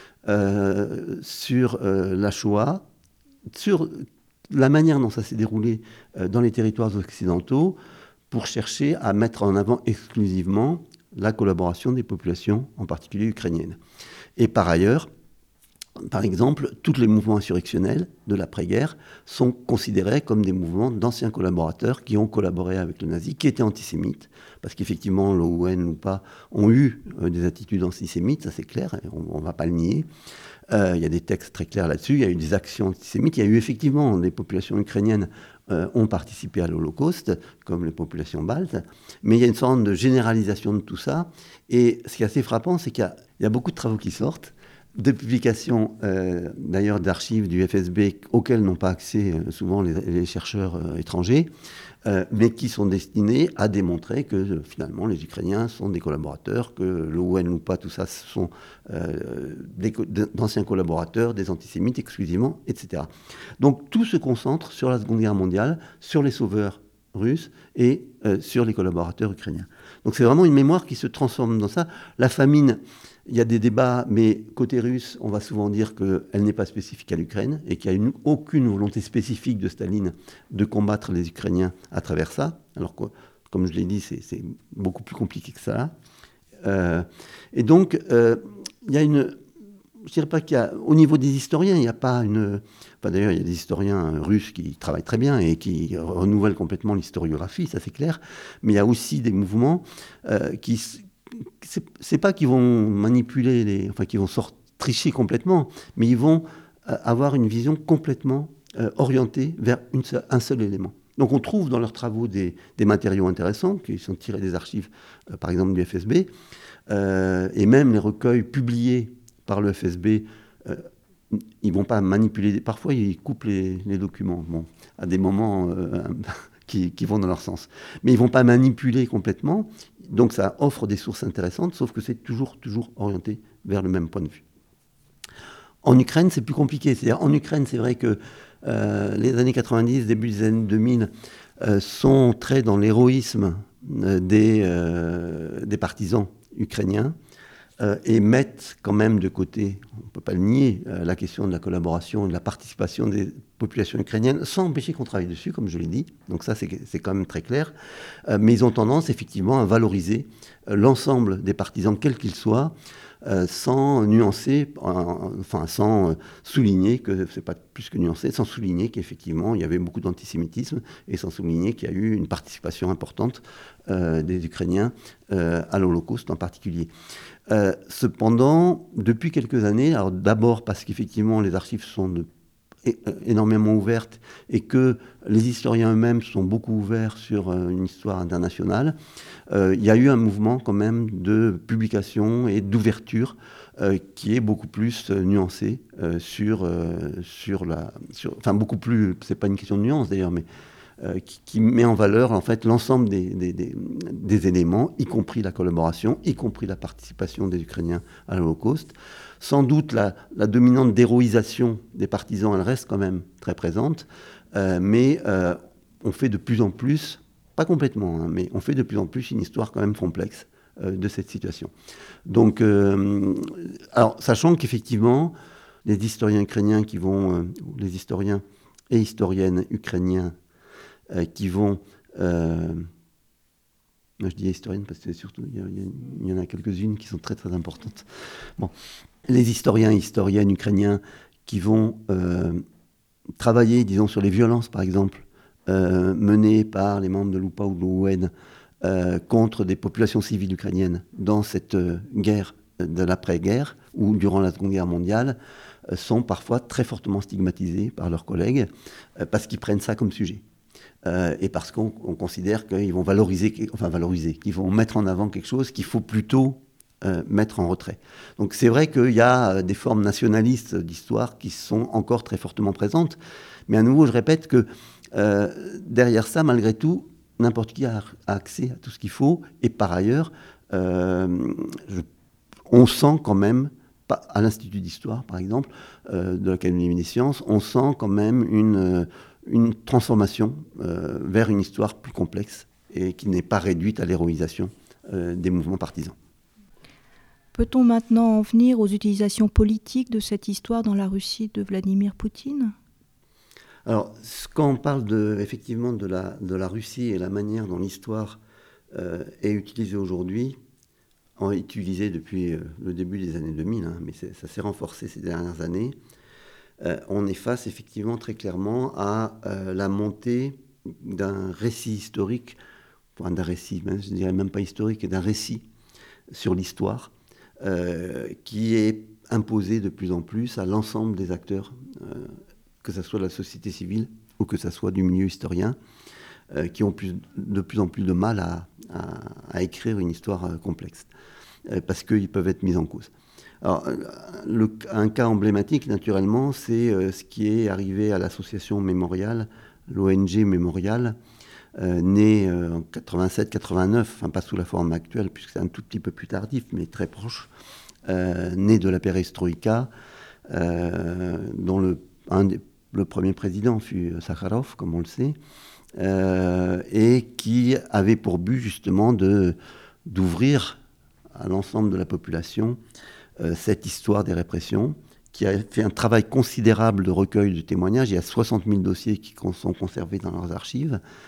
sur la Shoah, sur la manière dont ça s'est déroulé dans les territoires occidentaux, pour chercher à mettre en avant exclusivement la collaboration des populations, en particulier ukrainiennes. Et par ailleurs, par exemple, tous les mouvements insurrectionnels de l'après-guerre sont considérés comme des mouvements d'anciens collaborateurs qui ont collaboré avec le nazi, qui étaient antisémites, parce qu'effectivement, l'OUN ou pas, ont eu des attitudes antisémites, ça c'est clair, on ne va pas le nier. Il y a des textes très clairs là-dessus, il y a eu des actions antisémites, il y a eu effectivement des populations ukrainiennes ont participé à l'Holocauste, comme les populations baltes, mais il y a une sorte de généralisation de tout ça, et ce qui est assez frappant, c'est qu'il y a beaucoup de travaux qui sortent, de publications d'ailleurs d'archives du FSB auxquelles n'ont pas accès souvent les chercheurs étrangers, mais qui sont destinés à démontrer que finalement les Ukrainiens sont des collaborateurs, que l'OUN ou pas, tout ça, ce sont d'anciens collaborateurs, des antisémites exclusivement, etc. Donc tout se concentre sur la Seconde Guerre mondiale, sur les sauveurs russes et sur les collaborateurs ukrainiens. Donc c'est vraiment une mémoire qui se transforme dans ça. La famine, il y a des débats, mais côté russe, on va souvent dire qu'elle n'est pas spécifique à l'Ukraine et qu'il n'y a aucune volonté spécifique de Staline de combattre les Ukrainiens à travers ça. Alors que, comme je l'ai dit, c'est beaucoup plus compliqué que ça. Et donc, il y a une... Je dirais pas qu'il y a... Au niveau des historiens, il n'y a pas une... Enfin, d'ailleurs, il y a des historiens russes qui travaillent très bien et qui renouvellent complètement l'historiographie, ça c'est clair. Mais il y a aussi des mouvements qui... C'est pas qu'ils vont manipuler, enfin, qu'ils vont tricher complètement, mais ils vont avoir une vision complètement orientée vers un seul élément. Donc on trouve dans leurs travaux des matériaux intéressants qui sont tirés des archives, par exemple du FSB, et même les recueils publiés par le FSB, ils ne vont pas manipuler. Parfois, ils coupent les documents, bon, à des moments qui vont dans leur sens. Mais ils ne vont pas manipuler complètement. Donc ça offre des sources intéressantes, sauf que c'est toujours orienté vers le même point de vue. En Ukraine, c'est plus compliqué. C'est-à-dire, en Ukraine, c'est vrai que les années 90, début des années 2000, sont très dans l'héroïsme des partisans ukrainiens et mettent quand même de côté, on ne peut pas le nier, la question de la collaboration et de la participation des populations ukrainiennes, sans empêcher qu'on travaille dessus, comme je l'ai dit. Donc ça, c'est quand même très clair. Mais ils ont tendance, effectivement, à valoriser l'ensemble des partisans, quels qu'ils soient, sans nuancer, enfin sans souligner que c'est pas plus que nuancer, sans souligner qu'effectivement il y avait beaucoup d'antisémitisme et sans souligner qu'il y a eu une participation importante des Ukrainiens à l'Holocauste en particulier. Cependant, depuis quelques années, alors d'abord parce qu'effectivement les archives sont énormément ouvertes et que les historiens eux-mêmes sont beaucoup ouverts sur une histoire internationale, il y a eu un mouvement quand même de publication et d'ouverture qui est beaucoup plus nuancé enfin beaucoup plus, c'est pas une question de nuance d'ailleurs, mais qui met en valeur en fait l'ensemble des éléments, y compris la collaboration, y compris la participation des Ukrainiens à l'Holocauste. Sans doute la dominante d'héroïsation des partisans, elle reste quand même très présente, mais on fait de plus en plus, pas complètement, hein, mais on fait de plus en plus une histoire quand même complexe de cette situation. Donc, alors, sachant qu'effectivement, les historiens ukrainiens qui vont, les historiens et historiennes ukrainiens qui vont, je dis historiennes parce que surtout il y en a quelques-unes qui sont très très importantes. Bon, les historiens et historiennes ukrainiens qui vont travailler, disons, sur les violences, par exemple, menées par les membres de l'UPA ou de l'OUN contre des populations civiles ukrainiennes dans cette guerre de l'après-guerre ou durant la Seconde Guerre mondiale, sont parfois très fortement stigmatisés par leurs collègues parce qu'ils prennent ça comme sujet. Et parce qu'on considère qu'ils vont valoriser, qu'ils vont mettre en avant quelque chose qu'il faut plutôt mettre en retrait. Donc c'est vrai qu'il y a des formes nationalistes d'histoire qui sont encore très fortement présentes, mais à nouveau je répète que derrière ça, malgré tout, n'importe qui a accès à tout ce qu'il faut, et par ailleurs, on sent quand même, à l'Institut d'Histoire par exemple, de l'Académie des Sciences, on sent quand même une transformation vers une histoire plus complexe et qui n'est pas réduite à l'héroïsation des mouvements partisans. Peut-on maintenant en venir aux utilisations politiques de cette histoire dans la Russie de Vladimir Poutine ? Alors, quand on parle effectivement de la Russie et la manière dont l'histoire est utilisée aujourd'hui, utilisée depuis le début des années 2000, hein, mais ça s'est renforcé ces dernières années, on est face effectivement très clairement à la montée d'un récit historique, enfin d'un récit, je ne dirais même pas historique, d'un récit sur l'histoire, qui est imposé de plus en plus à l'ensemble des acteurs, que ce soit de la société civile ou que ce soit du milieu historien, qui ont de plus en plus de mal à écrire une histoire complexe, parce qu'ils peuvent être mis en cause. Alors, un cas emblématique, naturellement, c'est ce qui est arrivé à l'association Mémorial, l'ONG Mémorial, née en 87-89, enfin pas sous la forme actuelle, puisque c'est un tout petit peu plus tardif, mais très proche, née de la perestroïka, dont le premier président fut Sakharov, comme on le sait, et qui avait pour but justement d'ouvrir à l'ensemble de la population cette histoire des répressions, qui a fait un travail considérable de recueil de témoignages. Il y a 60 000 dossiers qui sont conservés dans leurs archives,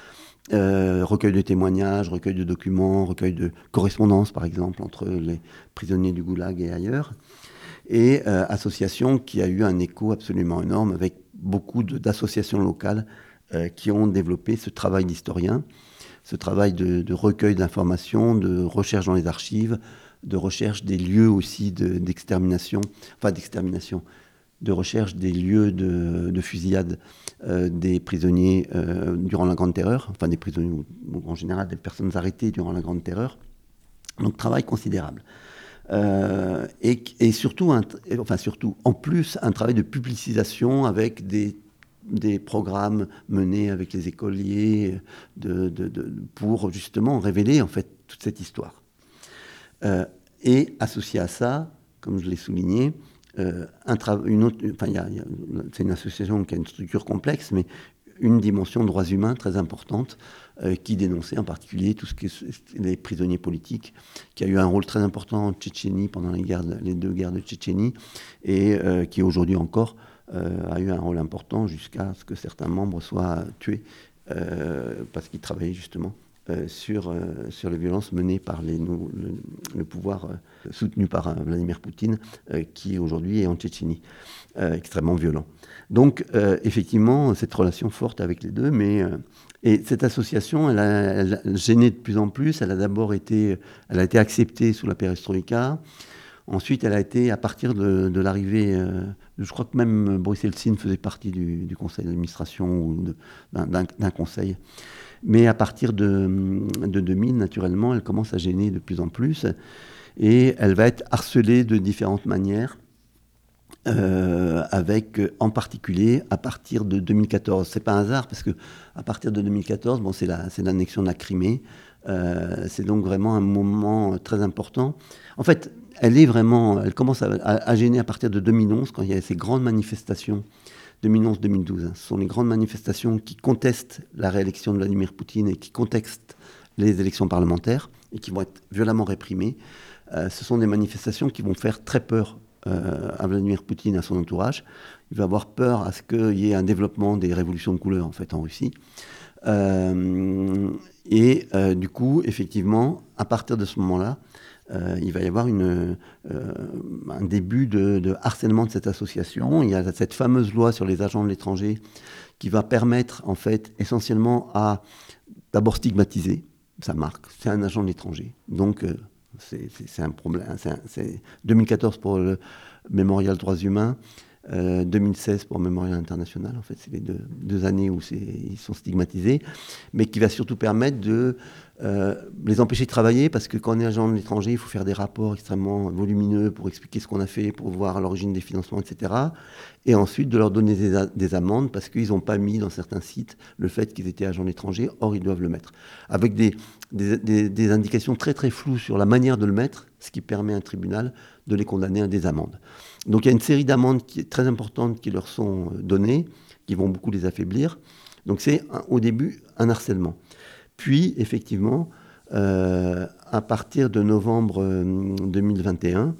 recueil de témoignages, recueil de documents, recueil de correspondances, par exemple, entre les prisonniers du Goulag et ailleurs. Et association qui a eu un écho absolument énorme avec beaucoup d'associations locales qui ont développé ce travail d'historien, ce travail de recueil d'informations, de recherche dans les archives, de recherche des lieux aussi d'extermination, de recherche des lieux de fusillade des prisonniers durant la Grande Terreur, enfin des prisonniers en général, des personnes arrêtées durant la Grande Terreur. Donc travail considérable. Et surtout, en plus, un travail de publicisation avec des programmes menés avec les écoliers pour justement révéler en fait toute cette histoire. Et associé à ça, comme je l'ai souligné, c'est une association qui a une structure complexe, mais une dimension de droits humains très importante qui dénonçait en particulier tout ce qui est les prisonniers politiques, qui a eu un rôle très important en Tchétchénie pendant les 2 guerres de Tchétchénie et qui aujourd'hui encore a eu un rôle important jusqu'à ce que certains membres soient tués parce qu'ils travaillaient justement sur les violences menées par le pouvoir soutenu par Vladimir Poutine, qui aujourd'hui est en Tchétchénie, extrêmement violent. Donc, effectivement, cette relation forte avec les deux, et cette association, elle a gêné de plus en plus. Elle a été acceptée sous la perestroïka. Ensuite, elle a été, à partir de l'arrivée, je crois que même Boris Eltsine faisait partie du conseil d'administration ou d'un conseil. Mais à partir de 2000, naturellement, elle commence à gêner de plus en plus. Et elle va être harcelée de différentes manières, avec, en particulier, à partir de 2014. C'est pas un hasard, parce qu'à partir de 2014, c'est l'annexion de la Crimée. C'est donc vraiment un moment très important. En fait, elle commence à gêner à partir de 2011, quand il y a ces grandes manifestations 2011-2012. Ce sont les grandes manifestations qui contestent la réélection de Vladimir Poutine et qui contestent les élections parlementaires et qui vont être violemment réprimées. Ce sont des manifestations qui vont faire très peur à Vladimir Poutine et à son entourage. Il va avoir peur à ce qu'il y ait un développement des révolutions de couleur en fait, en Russie. Du coup, effectivement, à partir de ce moment-là, il va y avoir un début de harcèlement de cette association. Il y a cette fameuse loi sur les agents de l'étranger qui va permettre, en fait, essentiellement à d'abord stigmatiser sa marque. C'est un agent de l'étranger. Donc, c'est un problème. C'est 2014 pour le Mémorial Droits Humains, 2016 pour Mémorial International. En fait, c'est les deux années où ils sont stigmatisés, mais qui va surtout permettre de les empêcher de travailler, parce que quand on est agent de l'étranger, il faut faire des rapports extrêmement volumineux pour expliquer ce qu'on a fait, pour voir l'origine des financements, etc. Et ensuite de leur donner des amendes parce qu'ils n'ont pas mis dans certains sites le fait qu'ils étaient agents de l'étranger, or ils doivent le mettre. Avec des indications très très floues sur la manière de le mettre, ce qui permet à un tribunal de les condamner à des amendes. Donc il y a une série d'amendes qui est très importantes qui leur sont données, qui vont beaucoup les affaiblir. Donc c'est au début un harcèlement. Puis effectivement, à partir de novembre 2021,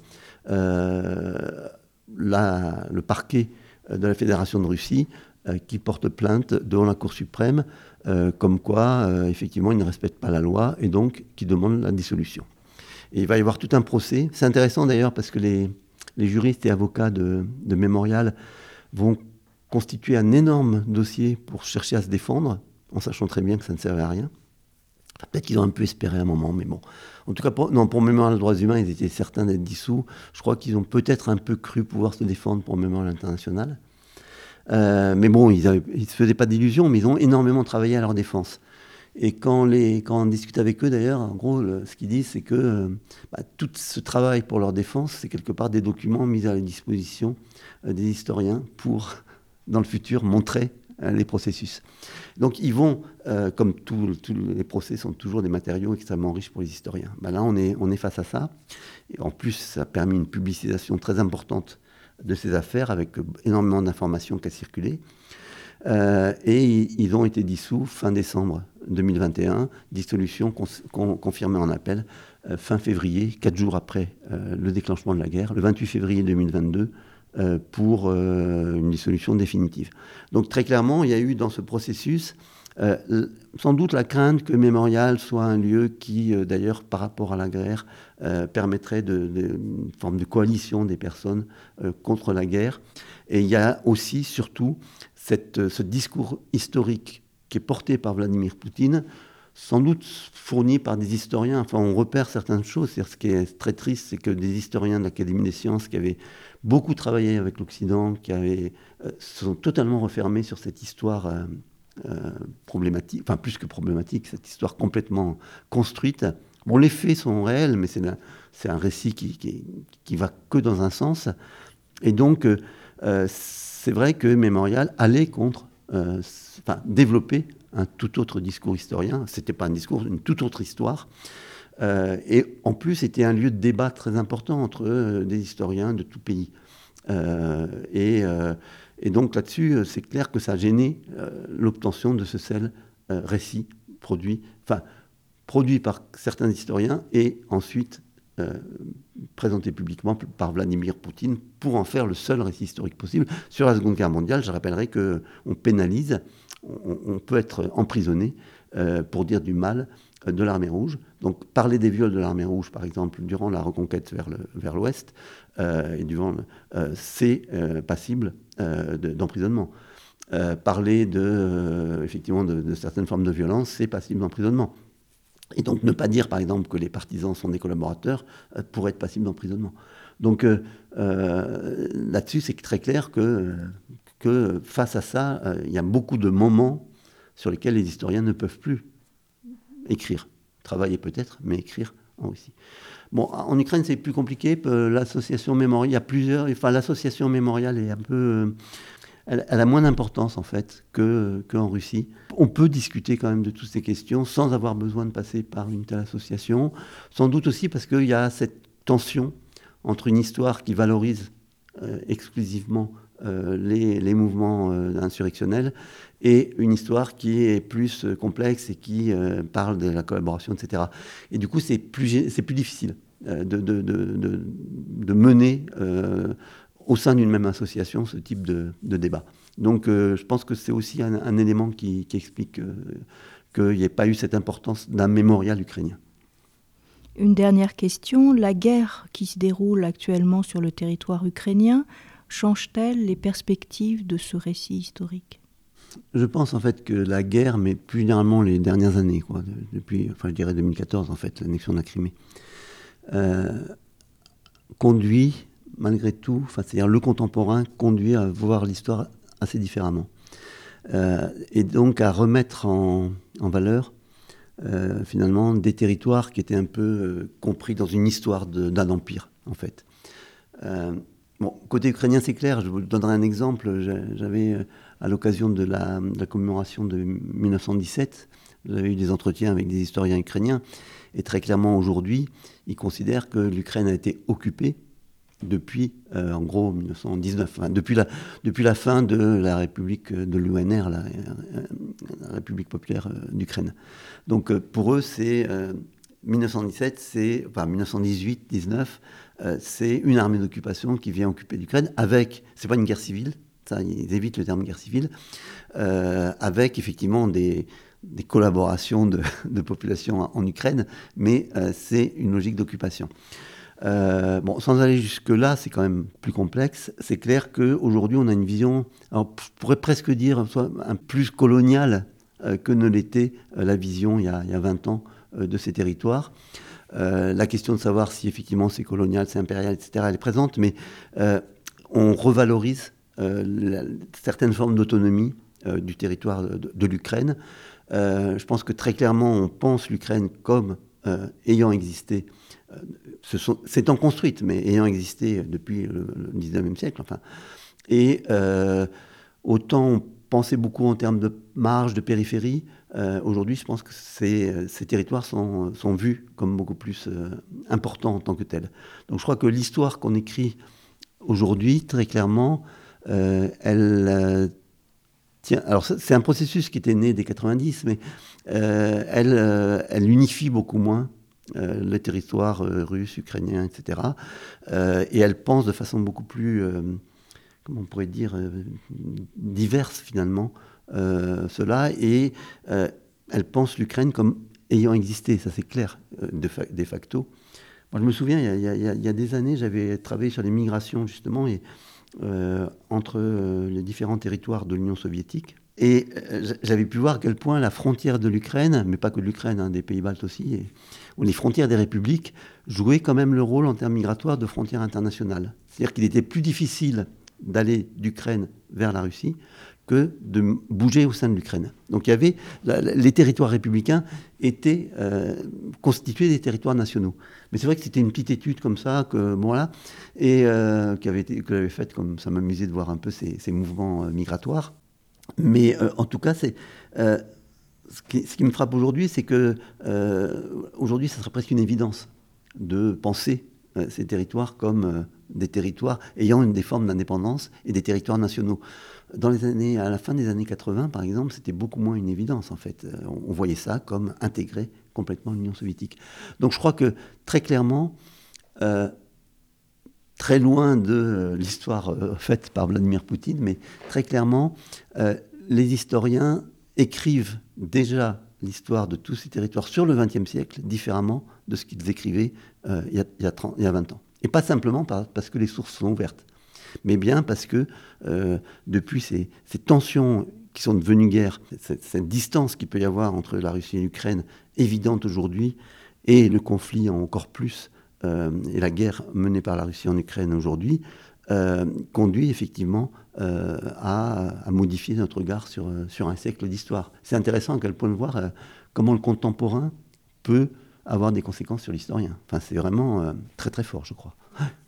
le parquet de la Fédération de Russie qui porte plainte devant la Cour suprême, comme quoi effectivement il ne respecte pas la loi et donc qui demande la dissolution. Et il va y avoir tout un procès. C'est intéressant d'ailleurs parce que les juristes et avocats de Mémorial vont constituer un énorme dossier pour chercher à se défendre, en sachant très bien que ça ne servait à rien. Enfin, peut-être qu'ils ont un peu espéré à un moment, mais bon. En tout cas, pour Mémorial des droits humains, ils étaient certains d'être dissous. Je crois qu'ils ont peut-être un peu cru pouvoir se défendre pour Mémorial international. Mais bon, ils ne se faisaient pas d'illusions, mais ils ont énormément travaillé à leur défense. Et quand on discute avec eux, d'ailleurs, en gros, ce qu'ils disent, c'est que tout ce travail pour leur défense, c'est quelque part des documents mis à la disposition des historiens pour, dans le futur, montrer les processus. Donc ils vont, comme tous les procès sont toujours des matériaux extrêmement riches pour les historiens. Là, on est face à ça. Et en plus, ça a permis une publicisation très importante de ces affaires, avec énormément d'informations qui a circulé. Et ils ont été dissous fin décembre 2021, dissolution confirmée en appel fin février, 4 jours après le déclenchement de la guerre, le 28 février 2022, pour une dissolution définitive. Donc très clairement, il y a eu dans ce processus Sans doute la crainte que Mémorial soit un lieu qui, d'ailleurs, par rapport à la guerre, permettrait une forme de coalition des personnes contre la guerre. Et il y a aussi, surtout, ce discours historique qui est porté par Vladimir Poutine, sans doute fourni par des historiens. Enfin, on repère certaines choses. C'est-à-dire, ce qui est très triste, c'est que des historiens de l'Académie des sciences qui avaient beaucoup travaillé avec l'Occident, se sont totalement refermés sur cette histoire problématique, enfin plus que problématique, cette histoire complètement construite. Bon, les faits sont réels, mais c'est un récit qui va que dans un sens. Et donc, c'est vrai que Mémorial allait développer un tout autre discours historien. C'était pas un discours, une toute autre histoire. Et en plus, c'était un lieu de débat très important entre des historiens de tout pays. Et donc là-dessus, c'est clair que ça a gêné l'obtention de ce seul récit produit par certains historiens et ensuite présenté publiquement par Vladimir Poutine pour en faire le seul récit historique possible. Sur la Seconde Guerre mondiale, je rappellerai qu'on pénalise, on peut être emprisonné pour dire du mal de l'Armée rouge. Donc parler des viols de l'Armée rouge, par exemple, durant la reconquête vers l'Ouest, c'est passible d'emprisonnement. Parler effectivement de certaines formes de violence, c'est passible d'emprisonnement. Et donc ne pas dire, par exemple, que les partisans sont des collaborateurs pourrait être passible d'emprisonnement. Donc là-dessus, c'est très clair que face à ça, il y a beaucoup de moments sur lesquels les historiens ne peuvent plus écrire. Travailler peut-être, mais écrire en Russie. Bon, en Ukraine, c'est plus compliqué. L'association Mémorial, il y a plusieurs. Enfin, l'association Mémorial est un peu. Elle a moins d'importance, en fait, qu'en Russie. On peut discuter quand même de toutes ces questions sans avoir besoin de passer par une telle association. Sans doute aussi parce qu'il y a cette tension entre une histoire qui valorise exclusivement les mouvements insurrectionnels et une histoire qui est plus complexe et qui parle de la collaboration, etc. Et du coup, c'est plus difficile de mener au sein d'une même association ce type de débat. Donc je pense que c'est aussi un élément qui explique qu'il n'y ait pas eu cette importance d'un mémorial ukrainien. Une dernière question. La guerre qui se déroule actuellement sur le territoire ukrainien change-t-elle les perspectives de ce récit historique ? Je pense en fait que la guerre, mais plus généralement les dernières années, depuis, je dirais 2014 en fait, l'annexion de la Crimée, conduit malgré tout, c'est-à-dire le contemporain conduit à voir l'histoire assez différemment. Et donc à remettre en valeur finalement des territoires qui étaient un peu compris dans une histoire d'un empire en fait. Côté ukrainien, c'est clair, je vous donnerai un exemple. J'avais, à l'occasion de la commémoration de 1917, j'avais eu des entretiens avec des historiens ukrainiens, et très clairement aujourd'hui, ils considèrent que l'Ukraine a été occupée depuis, en gros, 1919, depuis la fin de la République de l'UNR, la République populaire d'Ukraine. Donc pour eux, c'est 1917, 1918-19, c'est une armée d'occupation qui vient occuper l'Ukraine avec, c'est pas une guerre civile, ça, ils évitent le terme guerre civile, avec effectivement des collaborations de population en Ukraine, mais c'est une logique d'occupation. Sans aller jusque-là, c'est quand même plus complexe. C'est clair qu'aujourd'hui, on a une vision, alors, je pourrais presque dire, un plus coloniale que ne l'était la vision il y a 20 ans de ces territoires. La question de savoir si effectivement c'est colonial, c'est impérial, etc., elle est présente, mais on revalorise certaines formes d'autonomie du territoire de l'Ukraine. Je pense que très clairement, on pense l'Ukraine comme ayant existé, s'étant construite, mais ayant existé depuis le 19e siècle. Et autant on pensait beaucoup en termes de marge, de périphérie, aujourd'hui, je pense que ces territoires sont vus comme beaucoup plus importants en tant que tels. Donc je crois que l'histoire qu'on écrit aujourd'hui, très clairement, elle tient. Alors c'est un processus qui était né dès 90, mais elle unifie beaucoup moins les territoires russes, ukrainiens, etc. Et elle pense de façon beaucoup plus, comment on pourrait dire, diverse finalement, cela, et elle pense l'Ukraine comme ayant existé, ça c'est clair, de facto. Moi, je me souviens, il y a des années, j'avais travaillé sur les migrations, justement, et, entre les différents territoires de l'Union soviétique. Et j'avais pu voir à quel point la frontière de l'Ukraine, mais pas que de l'Ukraine, des pays baltes aussi, ou les frontières des républiques, jouaient quand même le rôle en termes migratoires de frontières internationales. C'est-à-dire qu'il était plus difficile d'aller d'Ukraine vers la Russie que de bouger au sein de l'Ukraine. Donc il y avait les territoires républicains étaient constitués des territoires nationaux. Mais c'est vrai que c'était une petite étude comme ça que voilà, et que j'avais faite, comme ça m'amusait de voir un peu ces mouvements migratoires. Mais en tout cas, ce qui me frappe aujourd'hui, c'est que aujourd'hui, ça serait presque une évidence de penser ces territoires comme des territoires ayant des formes d'indépendance et des territoires nationaux. À la fin des années 80, par exemple, c'était beaucoup moins une évidence, en fait. On voyait ça comme intégré complètement à l'Union soviétique. Donc je crois que, très clairement, très loin de l'histoire faite par Vladimir Poutine, mais très clairement, les historiens écrivent déjà l'histoire de tous ces territoires sur le XXe siècle différemment de ce qu'ils écrivaient il y a 20 ans. Et pas simplement parce que les sources sont ouvertes, mais bien parce que depuis ces tensions qui sont devenues guerre, cette distance qu'il peut y avoir entre la Russie et l'Ukraine, évidente aujourd'hui, et le conflit encore plus, et la guerre menée par la Russie en Ukraine aujourd'hui, conduit effectivement à modifier notre regard sur un siècle d'histoire. C'est intéressant à quel point de voir comment le contemporain peut avoir des conséquences sur l'historien. Enfin, c'est vraiment très très fort, je crois.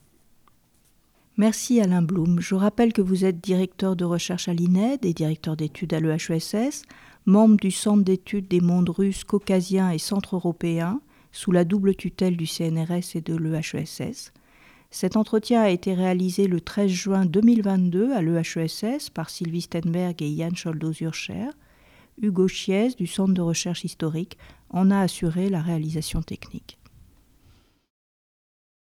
Merci Alain Blum. Je rappelle que vous êtes directeur de recherche à l'INED et directeur d'études à l'EHESS, membre du Centre d'études des mondes russes, caucasiens et centre-européens, sous la double tutelle du CNRS et de l'EHESS. Cet entretien a été réalisé le 13 juin 2022 à l'EHESS par Sylvie Stenberg et Yann Scholdow-Zurcher. Hugo Chiez du Centre de recherche historique en a assuré la réalisation technique.